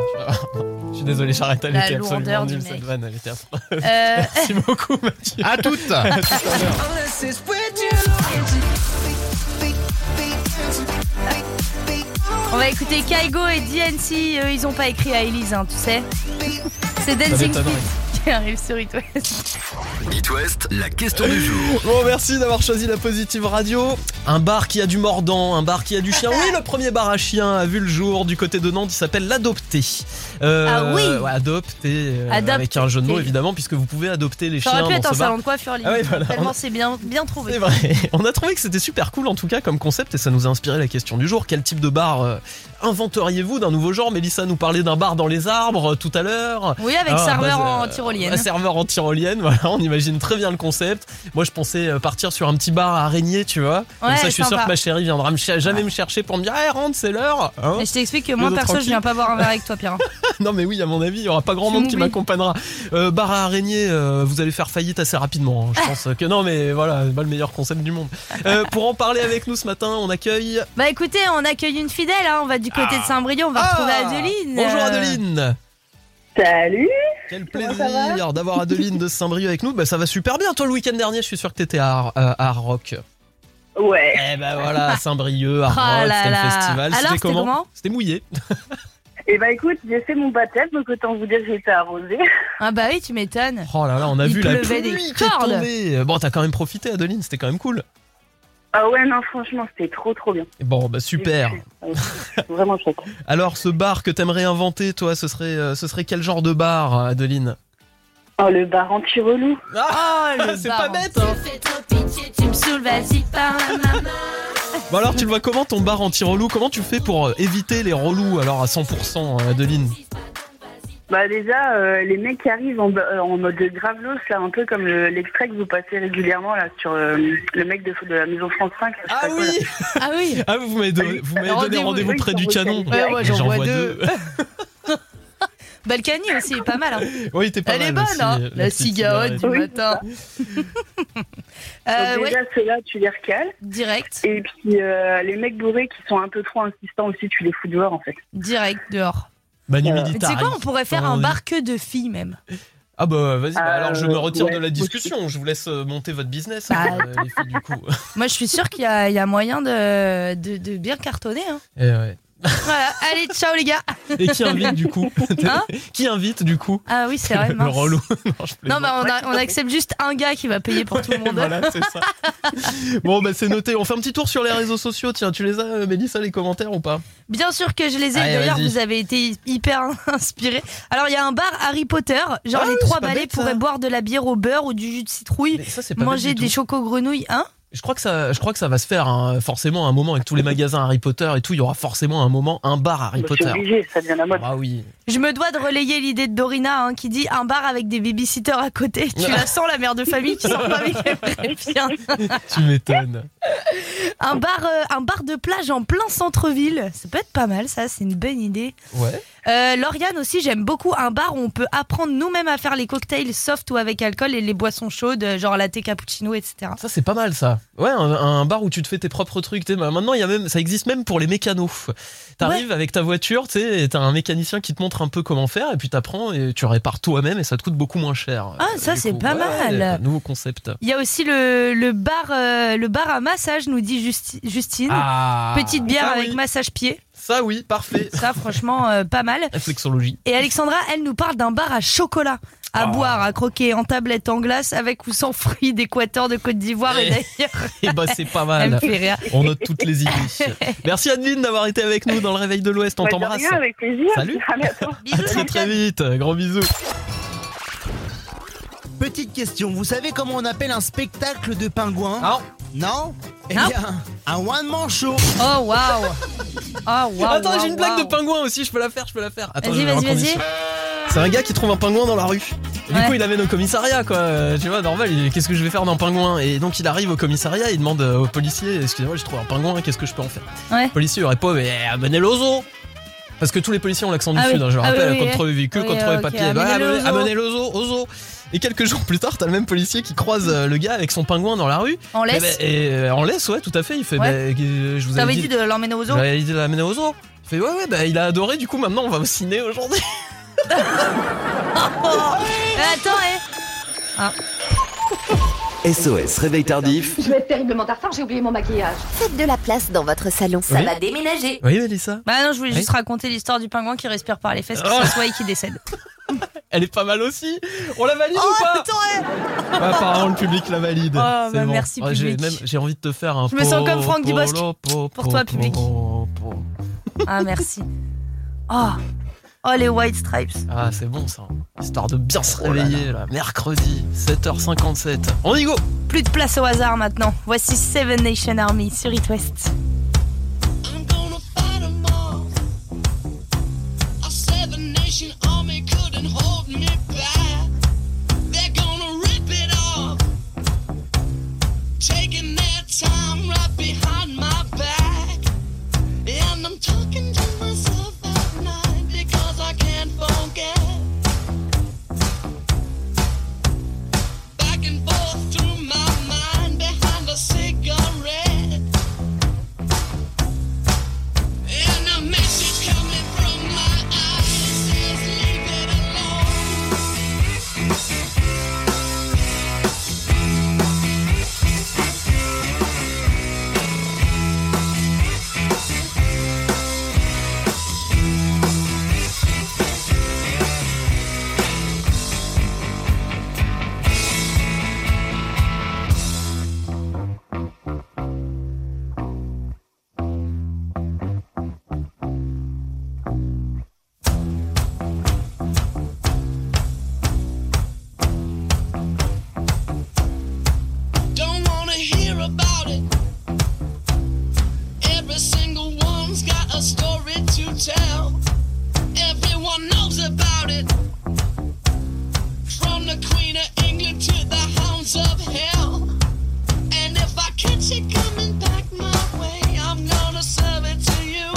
Je suis désolé, j'arrête. Elle La était lourdeur absolument du nulle, mec. cette vanne. Elle était affreuse. Euh, Merci beaucoup, Mathieu. À toutes. À tout à l'heure. On va écouter Kaigo et DNC. Eux, ils ont pas écrit à Élise, hein, tu sais. C'est Dancing m'étonnerait. Feet qui arrive sur It West. It West, la question du jour. Bon, merci d'avoir choisi la Positive Radio. Un bar qui a du mordant, un bar qui a du chien. Oui, le premier bar à chien a vu le jour du côté de Nantes. Il s'appelle l'Adopté. Ah oui. Ouais, Adopté. Adopté. Avec un jeu de mots, évidemment, puisque vous pouvez adopter les Ça chiens aurait pu dans être un ce bar. salon de coiffure, limite. Ah oui, voilà. Tellement c'est bien trouvé. C'est vrai. On a trouvé que c'était super cool en tout cas comme concept et ça nous a inspiré la question du jour. Quel type de bar inventeriez-vous d'un nouveau genre ? Mélissa nous parlait d'un bar dans les arbres tout à l'heure. Oui, avec serveur en tyrolienne. Serveur en tyrolienne, voilà, on imagine très bien le concept. Moi je pensais partir sur un petit bar à araignées, tu vois. Comme Ouais, ça je suis sûr sympa. que ma chérie viendra jamais me chercher pour me dire hey, rentre, c'est l'heure. Hein Et je t'explique que moi, Deux perso, je tranquilles. viens pas boire un verre avec toi, Pierre. Non mais oui, à mon avis, il y aura pas grand Tu monde qui m'oublies. m'accompagnera. Bar à araignées, vous allez faire faillite assez rapidement. Hein. Je pense que non mais voilà, c'est pas le meilleur concept du monde. Pour en parler avec nous ce matin, on accueille... Bah écoutez, on accueille une fidèle, hein. On va du côté de Saint-Brieuc, on va retrouver Adeline. Bonjour Adeline. Salut. Quel Comment ça plaisir d'avoir Adeline de Saint-Brieuc avec nous. Bah, ça va super bien. Toi, le week-end dernier, je suis sûr que t'étais à Rock. Ouais. Eh ben voilà, Saint-Brieuc, à Oh Rock, là c'était le là. festival. Alors, C'était c'était comment C'était mouillé. Et bah écoute, j'ai fait mon baptême, donc autant vous dire que j'ai été arrosée. Ah bah oui, tu m'étonnes. Oh là là, on a Il vu la pleuvait pluie des qui est cordes. tombée. Bon, t'as quand même profité, Adeline, c'était quand même cool. Ah ouais, non, franchement, c'était trop bien. Bon, bah super. Vraiment chouette. Alors, ce bar que t'aimerais inventer, toi, ce serait quel genre de bar, Adeline? Oh, le bar anti-relou. Ah, le c'est bar pas bête, hein. Tu fais trop pitié, tu me saoules, vas-y par la maman. Bon alors, tu le vois comment ton bar anti-relou? Comment tu fais pour éviter les relous, alors, à 100%, Adeline? Bah déjà, les mecs qui arrivent en mode gravelos, là, un peu comme l'extrait que vous passez régulièrement là sur le mec de la Maison France 5. Là, Ah oui. Ah oui. Ah, vous m'avez donné rendez-vous près du canon. Ouais, moi, j'en vois deux. deux. Balkany aussi, pas mal. Hein. Oui, t'es pas Elle mal est bonne, aussi, hein. La petite cigarette du Oui. matin. Donc déjà, ceux-là, tu les recales. Direct. Et puis, les mecs bourrés qui sont un peu trop insistants aussi, tu les fous dehors, en fait. Direct, dehors. Manu Mais tu sais Militari. quoi, on pourrait faire Oh, un oui. bar que de filles même. Ah bah vas-y, alors je me retire ouais, de la discussion, je vous laisse monter votre business, Bah, les filles, du coup. Moi, je suis sûre qu'il y a moyen de bien cartonner. Hein. Et ouais. Voilà, allez, ciao les gars. Et qui invite du coup Hein Qui invite du coup Ah oui, c'est vrai. Le mince. relou. Non, je Non, plaisante. bah on accepte juste un gars qui va payer pour tout le monde. Voilà, c'est ça. Bon, bah c'est noté. On fait un petit tour sur les réseaux sociaux. Tiens, tu les as, Mélissa, les commentaires ou pas? Bien sûr que je les ai. Allez, D'ailleurs, vas-y. vous avez été hyper inspirés. Alors, il y a un bar Harry Potter. Genre, les oui, trois c'est pas balais bête, ça. pourraient boire de la bière au beurre ou du jus de citrouille, Mais ça, c'est pas manger bête du des tout. chocos-grenouilles. Hein? Je crois que ça va se faire forcément un moment avec tous les magasins Harry Potter et tout. Il y aura forcément un moment, un bar Harry C'est Potter. obligé, ça devient la mode. Ah oui. Je me dois de relayer l'idée de Dorina qui dit un bar avec des babysitters à côté. Tu la sens, la mère de famille qui sort pas avec elle bien. Tu m'étonnes. Un bar de plage en plein centre-ville. Ça peut être pas mal, ça, c'est une bonne idée. Ouais. Lauriane aussi, j'aime beaucoup un bar où on peut apprendre nous-mêmes à faire les cocktails soft ou avec alcool et les boissons chaudes, genre latte cappuccino, etc. Ça, c'est pas mal, ça. Ouais, un bar où tu te fais tes propres trucs. Maintenant, ça existe même pour les mécanos. T'arrives avec ta voiture, tu sais, et t'as un mécanicien qui te montre un peu comment faire, et puis t'apprends et tu répares toi-même et ça te coûte beaucoup moins cher. Ah, ça, Du c'est coup, pas mal. un nouveau concept. Il y a aussi le bar à massage, nous dit Justine. Ah, Petite bière ça, avec oui. massage pied. Ça, oui, parfait. Ça, franchement, pas mal. Réflexologie. Et Alexandra, elle nous parle d'un bar à chocolat. À boire, à croquer en tablette, en glace, avec ou sans fruits d'Équateur, de Côte d'Ivoire. Et d'ailleurs, Et bah, c'est pas elle me mal. fait rire. On note toutes les idées. Merci Adeline d'avoir été avec nous dans le Réveil de l'Ouest. On Ouais, de t'embrasse. rien, avec plaisir. Salut. À bientôt. À très très vite. Gros bisous. Petite question, vous savez comment on appelle un spectacle de pingouins? Non. Non? Eh Non. bien, un one-man show. Oh, waouh. Oh, waouh. Attends, waouh, j'ai une blague waouh. de pingouin aussi. Je peux la faire. Attends, Vas-y, je vais vas-y, raconter vas-y. ça. C'est un gars qui trouve un pingouin dans la rue. Et du Ouais. coup, il amène au commissariat, quoi. Tu vois, normal, il dit, qu'est-ce que je vais faire d'un pingouin? Et donc, il arrive au commissariat, il demande au policier, excusez-moi, j'ai trouvé un pingouin, qu'est-ce que je peux en faire? Ouais. Le policier lui répond, mais amenez-le au zoo. Parce que tous les policiers ont l'accent du Ah Sud, oui. hein, je le Ah rappelle, oui, oui, contre les véhicules, oui, contre les ok, papiers. amenez-le au zoo. Amenez-le au zoo. Et quelques jours plus tard, t'as le même policier qui croise le gars avec son pingouin dans la rue. En laisse. En laisse, ouais, tout à fait. Il fait, Ouais. je vous T'avais avais dit de l'emmener au zoo? J'avais dit de l'amener au zoo. Il fait, ouais, bah, il a adoré, du coup, maintenant, on va au ciné aujourd'hui. Attends, Ah. SOS Réveil Tardif. Je vais être terriblement en retard, j'ai oublié mon maquillage. Faites de la place dans votre salon, ça Oui. va déménager. Oui, Mélissa. Bah non, je voulais Oui. juste raconter l'histoire du pingouin qui respire par les fesses, qui Oh. s'assoit et qui décède. Elle est pas mal aussi. On la valide ou pas? attends, Ouais, apparemment, le public la valide. Oh, C'est bah, bon. merci, Ouais, public. J'ai envie de te faire un. Je me sens comme Franck Dubosc. Pour toi, public. po. Ah, merci. Oh, les White Stripes. Ah, c'est bon ça. Histoire de bien se réveiller là. Mercredi, 7h57. On y go. Plus de place au hasard maintenant. Voici Seven Nation Army sur It West. I'm gonna fight 'em all. A seven nation army couldn't hold me back. They're gonna rip it off, taking their time right behind my back. And I'm talking to myself at night because I can't forget. Back and forth through my mind behind a cigarette. And a message coming from my eyes says leave it Don't wanna hear about it. Every single one's got a story to tell. Everyone knows about it. From the Queen of England to the hounds of hell. And if I catch it coming back my way, I'm gonna serve it to you.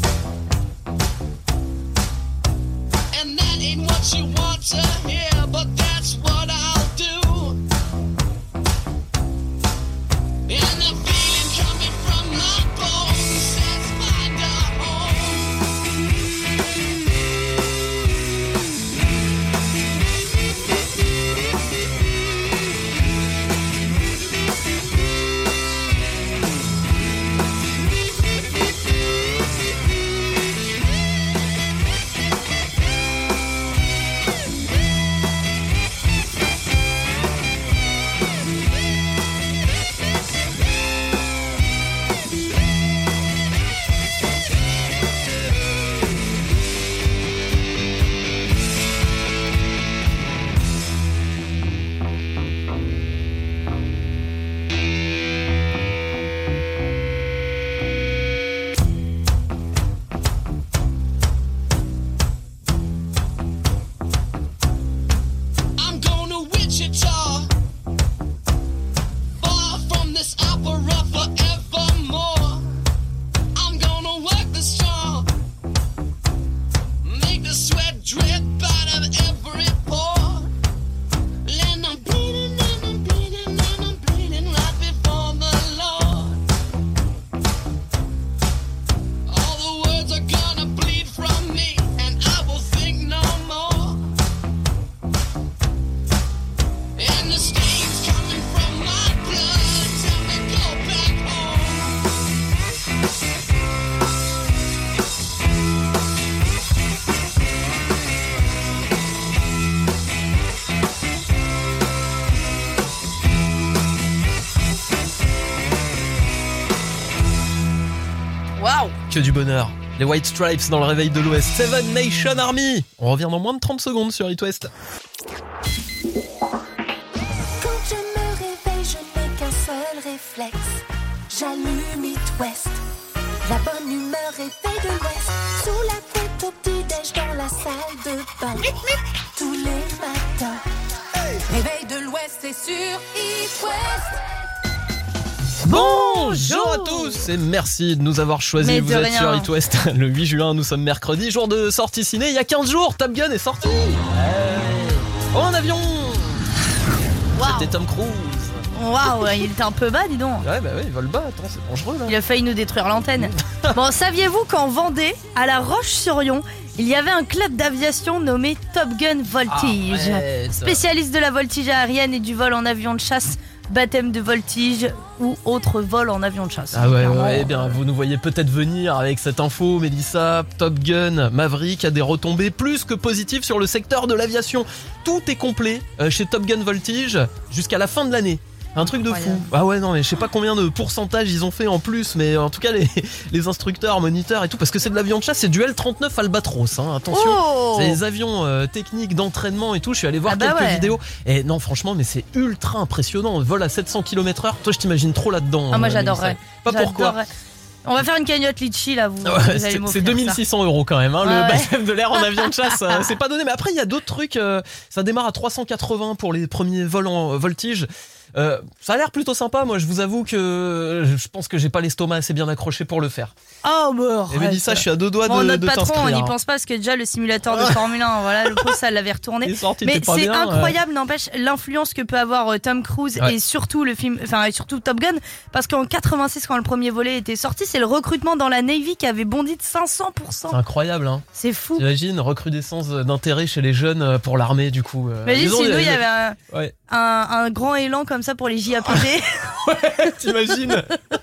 And that ain't what you want to hear, but that's what I'll do. And the feeling coming from my bones says find a home. que du bonheur. Les White Stripes dans le réveil de l'Ouest. Seven Nation Army. On revient dans moins de 30 secondes sur It West. Quand je me réveille, je n'ai qu'un seul réflexe. J'allume It West. La bonne humeur réveille de l'Ouest. Sous la couette au petit-déj dans la salle de bain. Tous les matins. Réveil de l'Ouest, c'est sur It West. Bonjour à tous et merci de nous avoir choisis. Mais vous de êtes rien. sur It West le 8 juin, nous sommes mercredi, jour de sortie ciné. Il y a 15 jours, Top Gun est sorti. En avion. C'était Tom Cruise. Waouh, il était un peu bas, dis donc. Ouais, bah ouais, il vole bas, attends, c'est dangereux là. Il a failli nous détruire l'antenne. Bon, saviez-vous qu'en Vendée, à La Roche-sur-Yon, il y avait un club d'aviation nommé Top Gun Voltige. Arrête. Spécialiste de la voltige aérienne et du vol en avion de chasse, baptême de voltige ou autre vol en avion de chasse. Ah ouais, Clairement. ouais, bien, vous nous voyez peut-être venir avec cette info, Mélissa. Top Gun Maverick a des retombées plus que positives sur le secteur de l'aviation. Tout est complet chez Top Gun Voltige jusqu'à la fin de l'année. Un truc de fou. Ah ouais, non, mais je sais pas combien de pourcentage ils ont fait en plus, mais en tout cas, les instructeurs, moniteurs et tout, parce que c'est de l'avion de chasse, c'est du L-39 Albatros, hein, attention. Oh, c'est des avions techniques d'entraînement et tout. Je suis allé voir quelques vidéos. Et non, franchement, mais c'est ultra impressionnant. Vol à 700 km/h. Toi, je t'imagine trop là-dedans. Ah, moi Mélissa. j'adorerais. Pas pourquoi. On va faire une cagnotte litchi là, vous, Ouais, vous allez c'est m'offrir 2600 € quand même, hein, Ouais, le ouais. baptême de l'air en avion de chasse, c'est pas donné. Mais après, il y a d'autres trucs. Ça démarre à 380 pour les premiers vols en voltige. Ça a l'air plutôt sympa. Moi, je vous avoue que je pense que j'ai pas l'estomac assez bien accroché pour le faire. Oh, bah, Et Mélissa, je suis à deux doigts bon, de notre patron, on t'inscrire. n'y pense pas parce que déjà le simulateur de Formule 1, voilà, le coup ça l'avait retourné. Il est sorti, Mais t'es pas c'est bien, incroyable, n'empêche l'influence que peut avoir Tom Cruise Ouais. et surtout le film, enfin et surtout Top Gun, parce qu'en 86 quand le premier volet était sorti, c'est le recrutement dans la Navy qui avait bondi de 500%. C'est incroyable, hein. C'est fou. T'imagines, recrudescence d'intérêt chez les jeunes pour l'armée, du coup. Imagine Disons, si nous il y avait Ouais. un grand élan comme ça pour les JAPD. T'imagines?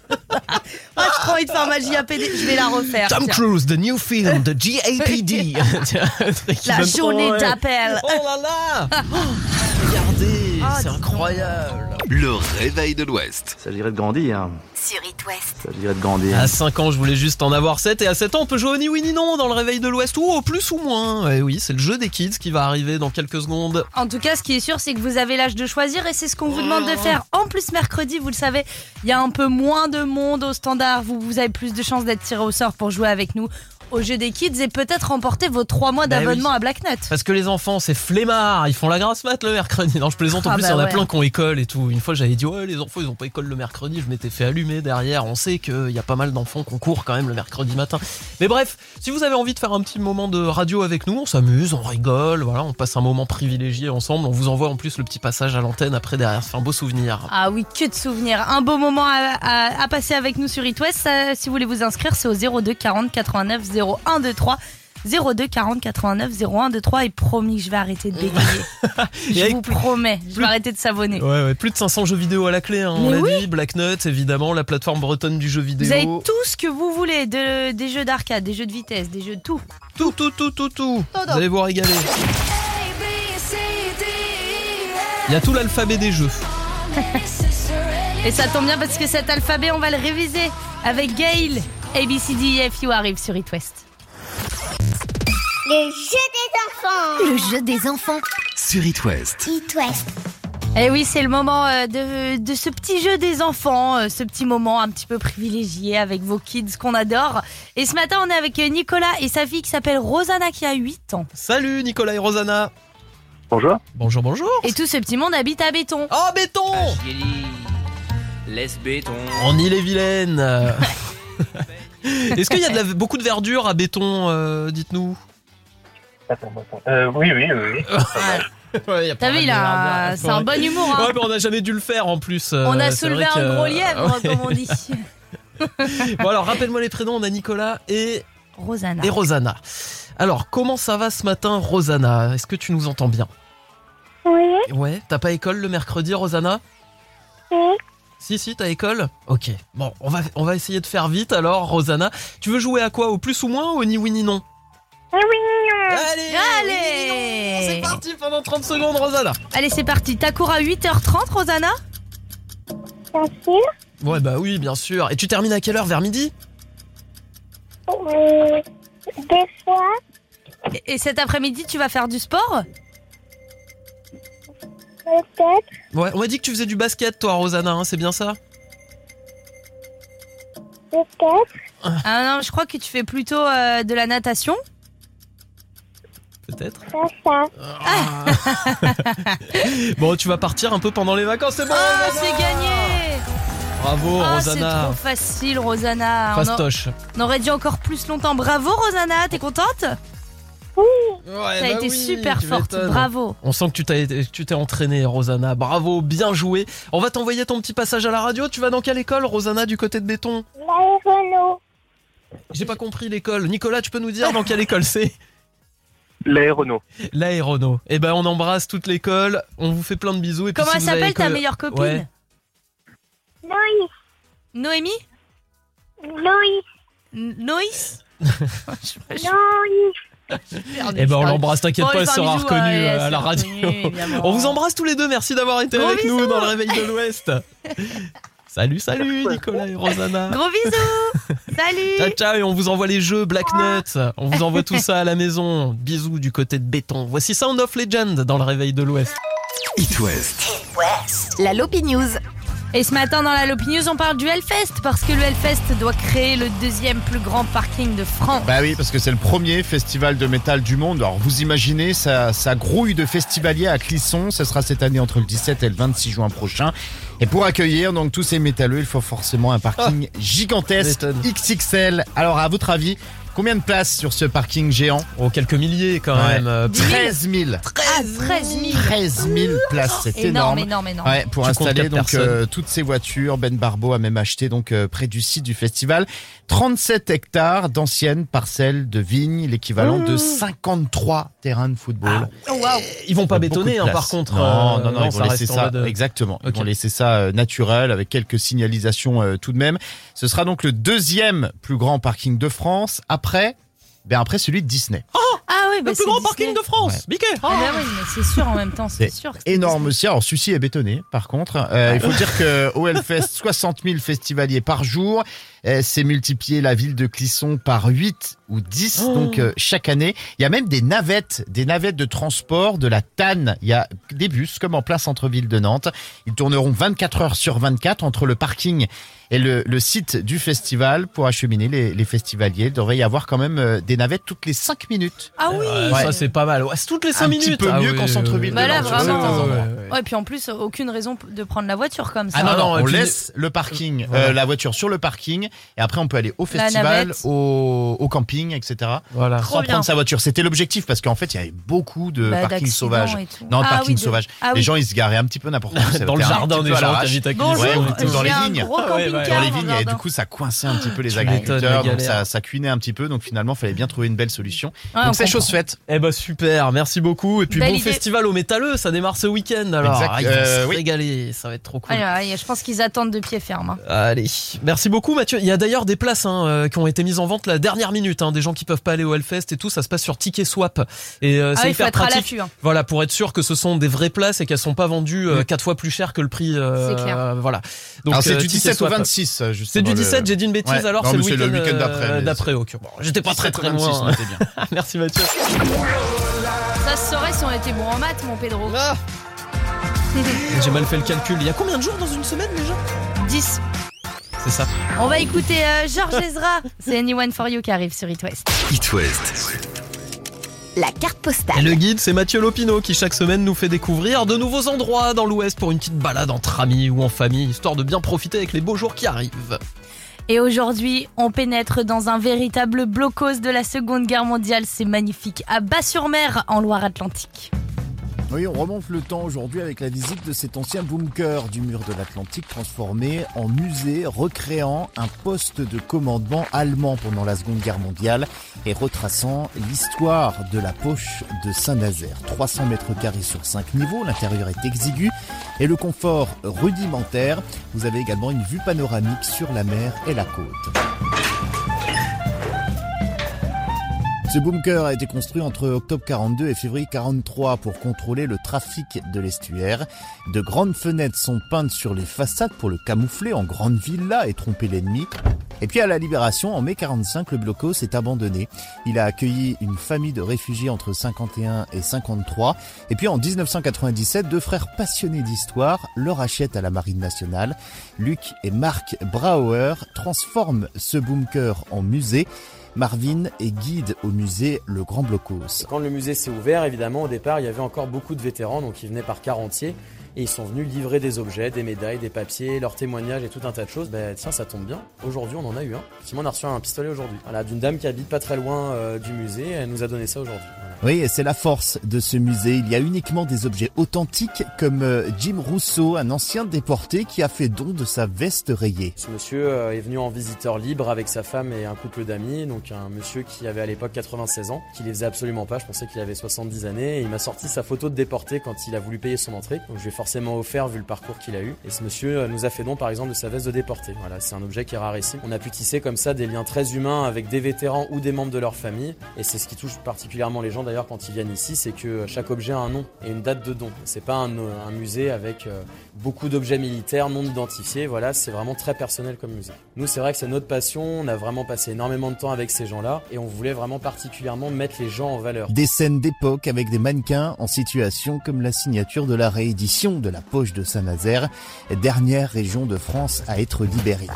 Ah, j'ai trop envie de faire ma JAPD, je vais la refaire. Tom tiens. Cruise, the new film, the GAPD. Tiens, un truc qui La donne trop, journée ouais. d'appel. Oh là là. Regardez, Ah, c'est dis donc. incroyable. Le réveil de l'Ouest. Ça dirait de grandir. Sur It West. Ça dirait de grandir. À 5 ans, je voulais juste en avoir 7. Et à 7 ans, on peut jouer au ni oui ni non dans le réveil de l'Ouest. Ou au plus ou moins. Et oui, c'est le jeu des kids qui va arriver dans quelques secondes. En tout cas, ce qui est sûr, c'est que vous avez l'âge de choisir et c'est ce qu'on vous demande de faire. En plus, mercredi, vous le savez, il y a un peu moins de monde au standard. Vous avez plus de chances d'être tiré au sort pour jouer avec nous au jeu des kids et peut-être remporter vos 3 mois Bah d'abonnement oui. à Black Nut. Parce que les enfants, c'est flemmard. Ils font la grasse mat le mercredi. Non, je plaisante. En Ah plus, bah il y en a ouais. plein qui ont école et tout. Une fois, j'avais dit, ouais, les enfants, ils ont pas école le mercredi. Je m'étais fait allumer derrière. On sait qu'il y a pas mal d'enfants qui courent quand même le mercredi matin. Mais bref, si vous avez envie de faire un petit moment de radio avec nous, on s'amuse, on rigole. Voilà, on passe un moment privilégié ensemble. On vous envoie en plus le petit passage à l'antenne après derrière. Ça fait un beau souvenir. Ah oui, que de souvenirs. Un beau moment à passer avec nous sur It West. Ça, si vous voulez vous inscrire, c'est au 02 40 89 01 23. 02 40 89 01 23 et promis, je vais arrêter de bégayer. Et Je avec vous promets, je vais arrêter de savonner. Ouais, plus de 500 jeux vidéo à la clé, hein, on Mais l'a oui. dit. Black Nut, évidemment, la plateforme bretonne du jeu vidéo. Vous avez tout ce que vous voulez, des jeux d'arcade, des jeux de vitesse, des jeux de tout. Tout. Vous allez vous régaler. Il y a tout l'alphabet des jeux. Et ça tombe bien parce que cet alphabet, on va le réviser avec Gail. ABCDEF, arrive sur It West. Le jeu des enfants. Le jeu des enfants. Sur It West. It West. Eh oui, c'est le moment de ce petit jeu des enfants, ce petit moment un petit peu privilégié avec vos kids qu'on adore. Et ce matin, on est avec Nicolas et sa fille qui s'appelle Rosanna qui a 8 ans. Salut Nicolas et Rosanna. Bonjour. Bonjour. Et tout ce petit monde habite à Béton. Oh, Béton. Laisse béton. En Ille-et-Vilaine. Est-ce qu'il y a beaucoup de verdure à Béton, dites-nous? Oui. Ouais, T'as vu, c'est un bon humour. Hein. Ouais, mais on n'a jamais dû le faire en plus. On a c'est soulevé vrai un que- gros lièvre, Ouais. comme on dit. Bon alors, rappelle-moi les prénoms, on a Nicolas et Rosanna. Alors, comment ça va ce matin, Rosanna? Est-ce que tu nous entends bien? Oui. Ouais, t'as pas école le mercredi, Rosanna? Oui. Si, t'as école? Ok. Bon, on va essayer de faire vite alors, Rosanna. Tu veux jouer à quoi? Au plus ou moins ou au ni oui ni non? Oui, non. Allez, C'est parti pendant 30 secondes, Rosanna. Allez, c'est parti. T'as cours à 8h30, Rosanna? Bien sûr. Ouais, bah oui, bien sûr. Et tu termines à quelle heure? Vers midi? Oui. Des fois. Et cet après-midi, tu vas faire du sport ? Peut-être. Ouais, on m'a dit que tu faisais du basket, toi, Rosanna, hein, c'est bien ça ? Peut-être. Ah non, je crois que tu fais plutôt de la natation. Peut-être. Ça. Bon, tu vas partir un peu pendant les vacances, c'est bon. Ah, c'est gagné. Bravo, C'est Rosanna. trop facile, Rosanna. Fastoche. On aurait dit encore plus longtemps. Bravo, Rosanna, t'es contente ? Oui. Ouais, T'as été super tu forte, m'étonnes. bravo. On sent que tu t'es entraînée, Rosanna. Bravo, bien joué. On va t'envoyer ton petit passage à la radio. Tu vas dans quelle école, Rosanna, du côté de Béton ? L'aérono. J'ai pas compris l'école. Nicolas, tu peux nous dire dans quelle école c'est ? L'aérono. L'aérono. Eh ben, on embrasse toute l'école. On vous fait plein de bisous. Et puis, Comment si elle vous avez s'appelle ta école- meilleure copine ? Ouais. Loïs. Noémie ? Loïs. Noïs ? Loïs. Eh ben, on l'embrasse, t'inquiète Bon, pas, elle les sera bisous, reconnue ouais, à la c'est radio. reconnu, évidemment. On vous embrasse tous les deux. Merci d'avoir été Gros avec nous bisous. dans le Réveil de l'Ouest. Salut, Nicolas et Rosanna. Gros bisous. Salut. Ciao, ciao, et on vous envoie les jeux Black Nuts. On vous envoie tout ça à la maison. Bisous du côté de Béton. Voici Sound of Legend dans le Réveil de l'Ouest. It West. La Lopi News. Et ce matin dans la Lopi News, on parle du Hellfest parce que le Hellfest doit créer le deuxième plus grand parking de France. Bah oui, parce que c'est le premier festival de métal du monde. Alors vous imaginez, ça grouille de festivaliers à Clisson. Ce sera cette année entre le 17 et le 26 juin prochain. Et pour accueillir donc tous ces métalleux, il faut forcément un parking gigantesque, XXL. Alors à votre avis, combien de places sur ce parking géant ? Oh, quelques milliers quand même. 13 000. 13 000 places, c'est énorme. Énorme. Ouais, pour Tu installer comptes donc 4 personnes. toutes ces voitures, Ben Barbeau a même acheté donc près du site du festival 37 hectares d'anciennes parcelles de vignes, l'équivalent de 53 terrains de football. Oh, waouh. Ils vont pas Beaucoup de bétonner, hein, place. par contre. Non, ils ça vont laisser reste en ça. mode- Exactement. Ils Ok. vont laisser ça naturel avec quelques signalisations tout de même. Ce sera donc le deuxième plus grand parking de France après celui de Disney. Ah oui, bah Le plus grand parking de France. Ouais. Biquet. Ah bah oui, mais c'est sûr en même temps, c'est sûr. que c'est Énorme aussi. Alors, celui-ci est bétonné, par contre. Il faut dire que au Hellfest, 60 000 festivaliers par jour. C'est multiplié la ville de Clisson par 8 ou 10 donc chaque année. Il y a même des navettes de transport, de la TAN. Il y a des bus comme en plein centre-ville de Nantes. Ils tourneront 24 heures sur 24 entre le parking et le site du festival pour acheminer les festivaliers. Il devrait y avoir quand même des navettes toutes les 5 minutes. Ah oui. Ça c'est pas mal. Ouais, c'est toutes les 5 Un minutes. petit peu mieux qu'en centre-ville Bah de là, Nantes. vraiment. Ouais. Ouais, puis en plus, aucune raison de prendre la voiture comme ça. Ah non, et on puis- laisse le parking, Voilà. la voiture sur le parking et après on peut aller au La festival, navette. au camping, etc. Voilà. Trop Sans bien. prendre sa voiture. C'était l'objectif parce qu'en fait il y avait beaucoup de Bah, parkings d'accidents sauvages. et tout. Non, de Ah parking oui, sauvage. Ah Les oui. gens ils se garaient un petit peu n'importe où. Dans le jardin des gens qui habitent à Clisson. Bonjour, Ouais, ou dans les j'ai un vignes. gros Ah ouais, camping-car Dans les dans le vignes et jardin. du coup ça coinçait un petit peu les Tu m'étonnes, la agriculteurs, donc galère. ça cuinait un petit peu, donc finalement fallait bien trouver une belle solution. Ouais, on Donc c'est comprend. chose faite. Eh ben super, merci beaucoup. Et puis Belle bon idée. festival au métalleux, ça démarre ce week-end alors. Exact, Ils vont se oui. régaler, ça va être trop cool. Allez, je pense qu'ils attendent de pied ferme. hein. Allez, merci beaucoup Mathieu. Il y a d'ailleurs des places qui ont été mises en vente la dernière minute, des gens qui peuvent pas aller au Hellfest et tout, ça se passe sur Ticket Swap. Et Ah c'est oui, faut hyper être à pratique. l'affût. hein. Voilà, pour être sûr que ce sont des vraies places et qu'elles sont pas vendues 4 fois plus cher que le prix. C'est clair. Voilà. Donc Alors c'est du Ticket 17 au Swap. 26 justement. C'est du 17, j'ai dit une bêtise Ouais. alors Non, c'est mais le week-end, d'après. mais d'après. Ok. Bon, j'étais pas très 17 au très 26, loin. notez bien. Merci Mathieu. Ça se saurait si on était bon en maths, mon Pedro. Ah. J'ai mal fait le calcul. Il y a combien de jours dans une semaine déjà ? 10. C'est ça. On va écouter Georges Ezra. C'est Anyone for You qui arrive sur It West. It West. La carte Et postale. le guide, c'est Mathieu Lopineau qui chaque semaine nous fait découvrir de nouveaux endroits dans l'Ouest pour une petite balade entre amis ou en famille, histoire de bien profiter avec les beaux jours qui arrivent. Et aujourd'hui, on pénètre dans un véritable blocos de la Seconde Guerre mondiale. C'est magnifique, à Bas-sur-Mer, en Loire-Atlantique. Oui, on remonte le temps aujourd'hui avec la visite de cet ancien bunker du mur de l'Atlantique transformé en musée, recréant un poste de commandement allemand pendant la Seconde Guerre mondiale et retraçant l'histoire de la poche de Saint-Nazaire. 300 mètres carrés sur 5 niveaux, l'intérieur est exigu et le confort rudimentaire. Vous avez également une vue panoramique sur la mer et la côte. Ce bunker a été construit entre octobre 42 et février 43 pour contrôler le trafic de l'estuaire. De grandes fenêtres sont peintes sur les façades pour le camoufler en grande villa et tromper l'ennemi. Et puis à la Libération, en mai 45, le blocos est abandonné. Il a accueilli une famille de réfugiés entre 51 et 53. Et puis en 1997, deux frères passionnés d'histoire le rachètent à la Marine nationale. Luc et Marc Brauer transforment ce bunker en musée. Marvin est guide au musée Le Grand Blocos. Quand le musée s'est ouvert, évidemment, au départ, il y avait encore beaucoup de vétérans, donc ils venaient par quart entier. Et ils sont venus livrer des objets, des médailles, des papiers, leurs témoignages et tout un tas de choses. Tiens, ça tombe bien. Aujourd'hui, on en a eu un. Simon, on a reçu un pistolet aujourd'hui. Voilà, d'une dame qui habite pas très loin du musée. Elle nous a donné ça aujourd'hui. Voilà. Oui, et c'est la force de ce musée. Il y a uniquement des objets authentiques comme Jim Rousseau, un ancien déporté qui a fait don de sa veste rayée. Ce monsieur est venu en visiteur libre avec sa femme et un couple d'amis. Donc un monsieur qui avait à l'époque 96 ans, qui les faisait absolument pas. Je pensais qu'il avait 70 années. Et il m'a sorti sa photo de déporté quand il a voulu payer son entrée. Donc je lui ai forcément offert vu le parcours qu'il a eu. Et ce monsieur nous a fait don par exemple de sa veste de déporté. Voilà, c'est un objet qui est rarissime. On a pu tisser comme ça des liens très humains avec des vétérans ou des membres de leur famille. Et c'est ce qui touche particulièrement les gens d'ailleurs quand ils viennent ici, c'est que chaque objet a un nom et une date de don. C'est pas un musée avec beaucoup d'objets militaires non identifiés. Voilà, c'est vraiment très personnel comme musée. Nous, c'est vrai que c'est notre passion. On a vraiment passé énormément de temps avec ces gens-là et on voulait vraiment particulièrement mettre les gens en valeur. Des scènes d'époque avec des mannequins en situation comme la signature de la réédition de la Poche de Saint-Nazaire, dernière région de France à être libérée.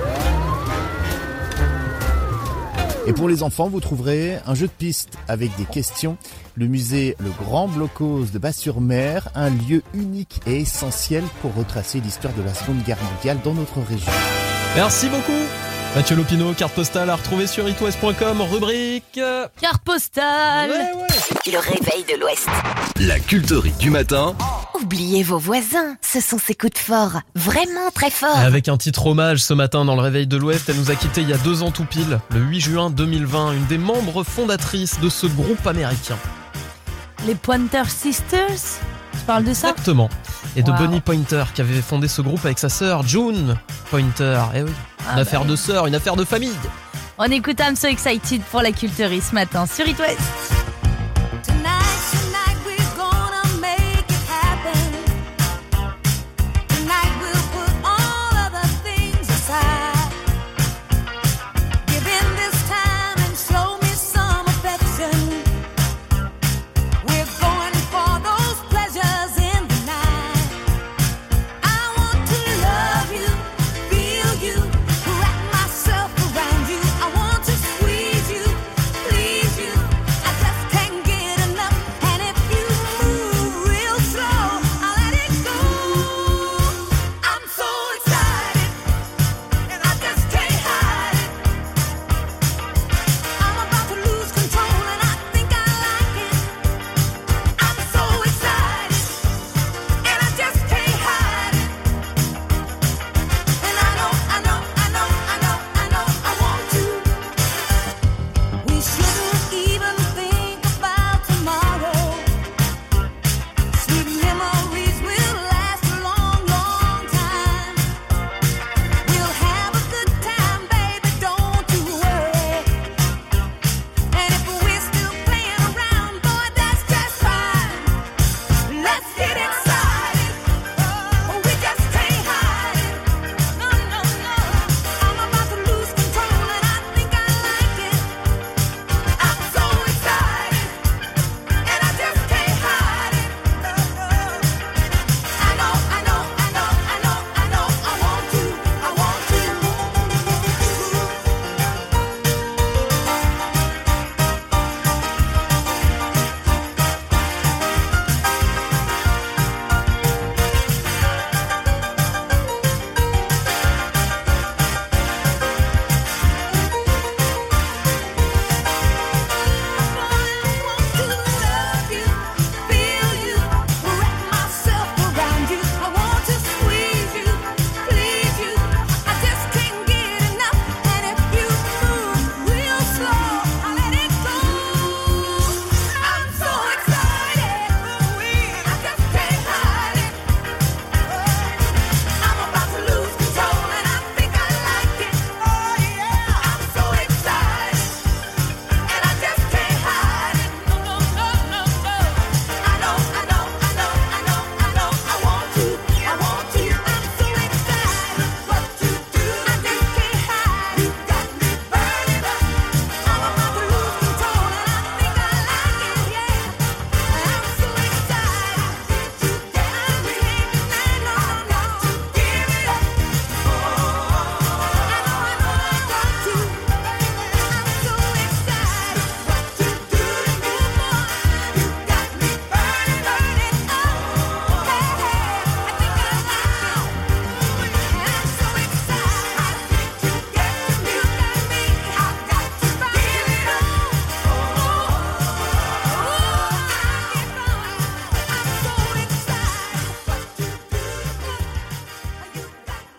Et pour les enfants, vous trouverez un jeu de piste avec des questions. Le musée Le Grand Blocos de Bas-sur-Mer, un lieu unique et essentiel pour retracer l'histoire de la Seconde Guerre mondiale dans notre région. Merci beaucoup Mathieu Lopineau, carte postale à retrouver sur itwest.com, rubrique carte postale. Le réveil de l'Ouest. La culterie du matin. Oubliez vos voisins, ce sont ses coups de fort, vraiment très forts. Avec un titre hommage ce matin dans le Réveil de l'Ouest, elle nous a quittés il y a 2 ans tout pile, le 8 juin 2020, une des membres fondatrices de ce groupe américain. Les Pointer Sisters, tu parles de ça? Exactement. Et de Wow. Bonnie Pointer qui avait fondé ce groupe avec sa sœur June Pointer. Eh oui, une affaire de sœur, une affaire de famille. On écoute I'm So Excited pour la culterie ce matin sur It West. Myself around you, I want to squeeze you, please you. I just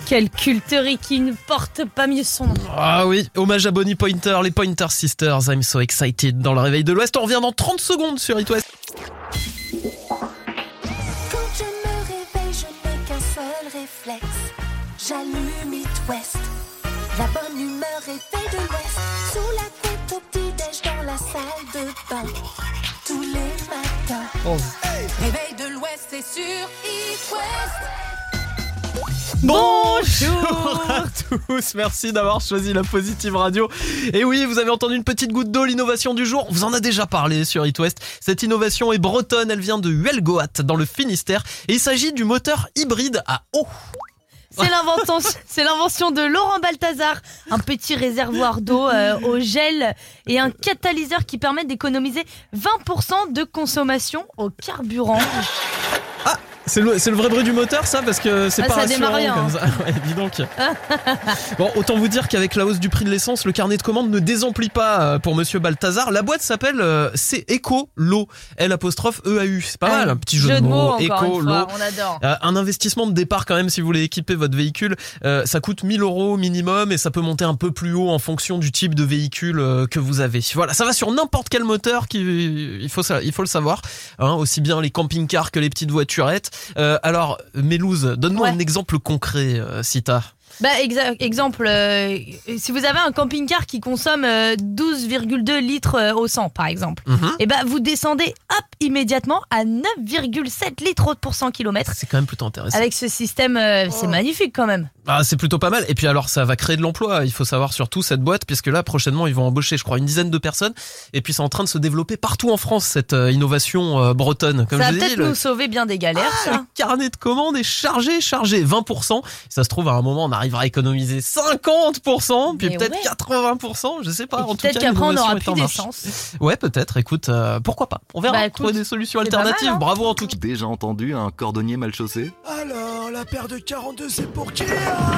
Quelle culterie qui ne porte pas mieux son nom. Ah oui, hommage à Bonnie Pointer, les Pointer Sisters, I'm so excited dans le réveil de l'Ouest. On revient dans 30 secondes sur It West. Quand je me réveille, je n'ai qu'un seul réflexe. J'allume It West. La bonne humeur est faite de l'Ouest. Sous la couette au petit-déj dans la salle de bain. Tous les matins. Réveil de l'Ouest, c'est sur It West. Bonjour à tous, merci d'avoir choisi la Positive Radio. Et oui, vous avez entendu une petite goutte d'eau, l'innovation du jour. On vous en a déjà parlé sur It West. Cette innovation est bretonne, elle vient de Huelgoat dans le Finistère. Et il s'agit du moteur hybride à eau. C'est l'invention de Laurent Balthazar, un petit réservoir d'eau au gel et un catalyseur qui permet d'économiser 20% de consommation au carburant. Ah, c'est le vrai bruit du moteur, ça, parce que c'est pas ça rassurant démarre rien, comme ça. Ouais, dis donc. Bon, autant vous dire qu'avec la hausse du prix de l'essence, le carnet de commandes ne désemplit pas pour Monsieur Balthazar. La boîte s'appelle c'est Eco L'eau, L'_EAU. C'est pas mal, un petit jeu de mots. Eco L'eau. On adore. Un investissement de départ quand même si vous voulez équiper votre véhicule. Ça coûte 1 000 € minimum et ça peut monter un peu plus haut en fonction du type de véhicule que vous avez. Voilà, ça va sur n'importe quel moteur. Il faut le savoir. Hein, aussi bien les camping-cars que les petites voiturettes. Alors, Mélouse, donne-nous un exemple concret, Sita. Exemple, si vous avez un camping-car qui consomme 12,2 litres au 100 par exemple, et vous descendez immédiatement à 9,7 litres pour 100 km. C'est quand même plutôt intéressant. Avec ce système, c'est magnifique quand même. Ah, c'est plutôt pas mal. Et puis alors, ça va créer de l'emploi. Il faut savoir surtout cette boîte, puisque là, prochainement, ils vont embaucher, je crois, une dizaine de personnes. Et puis, c'est en train de se développer partout en France, cette innovation bretonne. Comme ça je va dis, peut-être nous sauver bien des galères, ça. Le carnet de commandes est chargé. 20%. Ça se trouve, à un moment, on arrivera à économiser 50%, puis peut-être 80%, je sais pas. En tout cas, peut-être qu'après, on n'aura plus en marche. d'essence. Ouais, peut-être. Écoute, pourquoi pas. On verra. Trouver des solutions alternatives. Mal, hein. Bravo en tout cas. Déjà entendu un cordonnier mal chaussé? Alors, la paire de 42, c'est pour qui?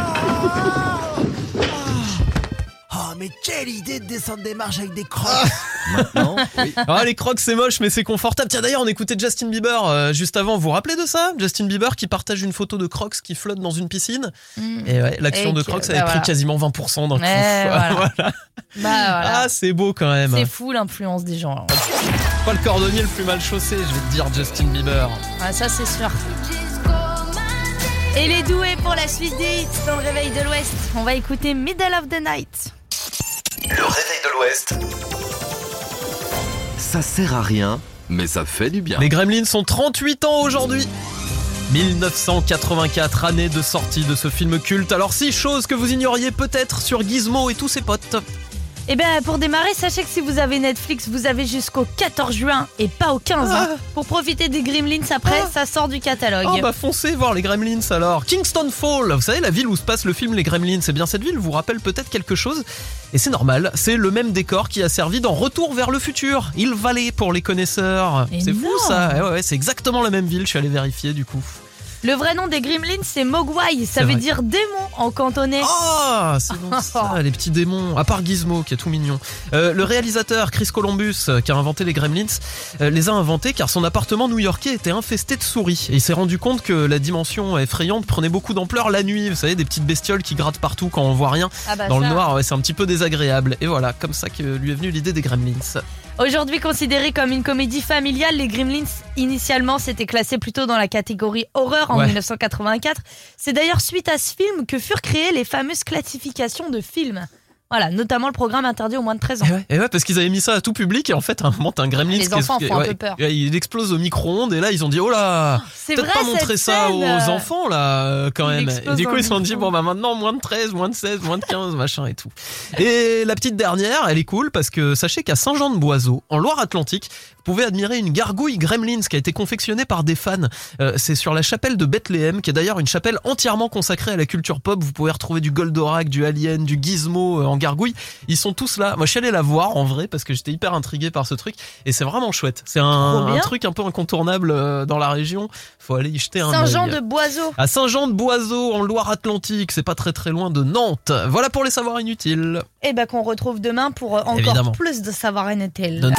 Oh, mais quelle idée de descendre des marches avec des crocs. Maintenant, oui. Ah, les crocs c'est moche mais c'est confortable. Tiens, d'ailleurs on écoutait Justin Bieber juste avant, vous vous rappelez de ça? Justin Bieber qui partage une photo de crocs qui flotte dans une piscine. Et ouais, l'action de crocs avait pris quasiment 20% d'un coup. Voilà. Voilà. Ah, c'est beau quand même. C'est fou l'influence des gens. Pas le cordonnier le plus mal chaussé, je vais te dire, Justin Bieber. Ah, ça c'est sûr. Et les doués pour la suite des hits dans le réveil de l'Ouest. On va écouter Middle of the Night. Le réveil de l'Ouest. Ça sert à rien, mais ça fait du bien. Les Gremlins sont 38 ans aujourd'hui. 1984, année de sortie de ce film culte. Alors 6 choses que vous ignoriez peut-être sur Gizmo et tous ses potes. Eh bien, pour démarrer, sachez que si vous avez Netflix, vous avez jusqu'au 14 juin et pas au 15. Pour profiter des Gremlins après, ça sort du catalogue. Oh bah foncez voir les Gremlins alors. Kingston Fall, vous savez la ville où se passe le film Les Gremlins, c'est bien cette ville, vous rappelle peut-être quelque chose. Et c'est normal, c'est le même décor qui a servi dans Retour vers le futur, Hill Valley pour les connaisseurs. C'est fou ça, ouais, c'est exactement la même ville, je suis allé vérifier du coup. Le vrai nom des Gremlins, c'est Mogwai. Ça veut dire démon en cantonais. Oh, c'est bon ça, les petits démons. À part Gizmo, qui est tout mignon. Le réalisateur Chris Columbus, qui a inventé les Gremlins, les a inventés car son appartement new-yorkais était infesté de souris. Et il s'est rendu compte que la dimension effrayante prenait beaucoup d'ampleur la nuit. Vous savez, des petites bestioles qui grattent partout quand on voit rien. Dans le noir, ouais, c'est un petit peu désagréable. Et voilà, comme ça que lui est venue l'idée des Gremlins. Aujourd'hui considéré comme une comédie familiale, les Gremlins, initialement, c'était classé plutôt dans la catégorie horreur en 1984. C'est d'ailleurs suite à ce film que furent créées les fameuses classifications de films. Voilà, notamment le programme interdit aux moins de 13 ans. Et ouais, parce qu'ils avaient mis ça à tout public et en fait, à un moment, t'as un Gremlins les enfants font un peu peur. Il explose au micro-ondes et là, ils ont dit, oh là, peut-être vrai, pas montrer ça scène. aux enfants là, quand même. Et du coup, ils se sont dit, bon bah maintenant, moins de 13, moins de 16, moins de 15, machin et tout. Et la petite dernière, elle est cool parce que sachez qu'à Saint-Jean-de-Boiseau, en Loire-Atlantique, vous pouvez admirer une gargouille Gremlins qui a été confectionnée par des fans. C'est sur la chapelle de Bethléem, qui est d'ailleurs une chapelle entièrement consacrée à la culture pop. Vous pouvez retrouver du Goldorak, du Alien, du Gizmo en gargouille. Ils sont tous là. Moi, je suis allé la voir en vrai parce que j'étais hyper intrigué par ce truc et c'est vraiment chouette. C'est un truc un peu incontournable dans la région. Faut aller y jeter un œil. Saint-Jean-de-Boiseau. À Saint-Jean-de-Boiseau, en Loire-Atlantique. C'est pas très très loin de Nantes. Voilà pour les savoirs inutiles. Et ben qu'on retrouve demain pour encore plus de savoirs inutiles.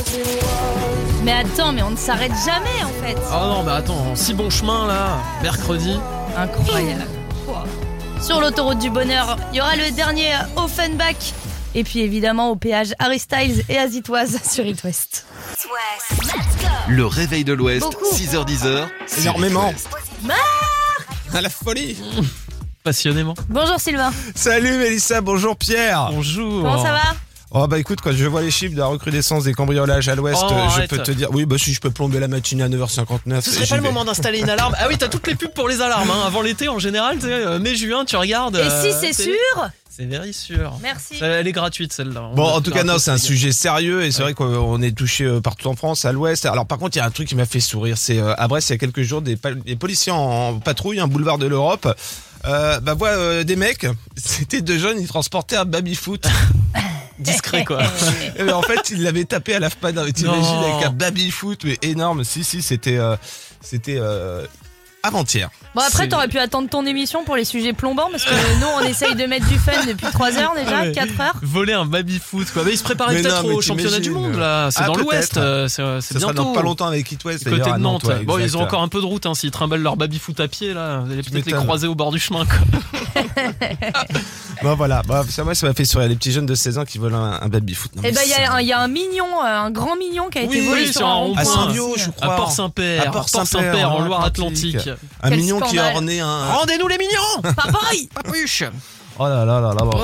Mais attends, mais on ne s'arrête jamais en fait. Oh non, mais attends, si bon chemin là, mercredi. Incroyable. Sur l'autoroute du bonheur, il y aura le dernier Offenbach. Et puis évidemment au péage Harry Styles et Azitoise sur It West. Le réveil de l'Ouest, Beaucoup. 6h-10h. Énormément. Marc, À la folie. Passionnément. bonjour Sylvain. Salut Mélissa, bonjour Pierre. Bonjour. Comment ça va? Oh bah écoute, quand je vois les chiffres de la recrudescence des cambriolages à l'ouest, Oh, je arrête. peux te dire, oui bah si je peux plomber la matinée à 9h59. Ce serait j'y pas le vais. moment d'installer une alarme. Ah oui, t'as toutes les pubs pour les alarmes. Hein. Avant l'été, en général, tu sais, mai-juin, tu regardes. Et si c'est sûr? C'est very sûr. Merci. Elle est gratuite celle-là. Bon, en tout cas, non, c'est un sujet sérieux et c'est vrai qu'on est touché partout en France, à l'ouest. Alors, par contre, il y a un truc qui m'a fait sourire. C'est à Brest, il y a quelques jours, des policiers en patrouille, un boulevard de l'Europe, voient des mecs. C'était deux jeunes, ils transportaient un baby-foot. Discret, quoi. Et ben, en fait, ils l'avaient tapé à l'AFPA, t'imagines, Non. avec un baby-foot, mais énorme. Si, c'était avant-hier. Bon après C'est- t'aurais pu attendre ton émission pour les sujets plombants parce que nous on essaye de mettre du fun depuis 3 heures déjà, Ouais. 4 heures. Voler un baby-foot, quoi. Mais ils se préparaient Mais peut-être non, mais au championnat du t'imagines. monde, là. C'est Ah, dans peut-être. l'ouest. C'est Ça sera bientôt. dans pas longtemps avec It West, Côté d'ailleurs, à de Nantes. ouais, Bon, ils exact. ont encore un peu de route, hein, s'ils trimballent leur baby-foot à pied, là. Vous allez peut-être les m'étonnes. croiser au bord du chemin, quoi. Bon, voilà. Bon, ça m'a fait sourire. Les petits jeunes de 16 ans qui volent un baby-foot. Non, Et mais ben il c'est- y a un mignon, un grand mignon qui a été Oui, volé oui, sur un rond-point. à Saint-Lô, je crois. À Port-Saint-Père. À Port-Saint-Père, en en Loire-Atlantique. Un Quel mignon qui a scandale. orné un. Rendez-nous les mignons! Papaye. Papuche! Oh là là là là.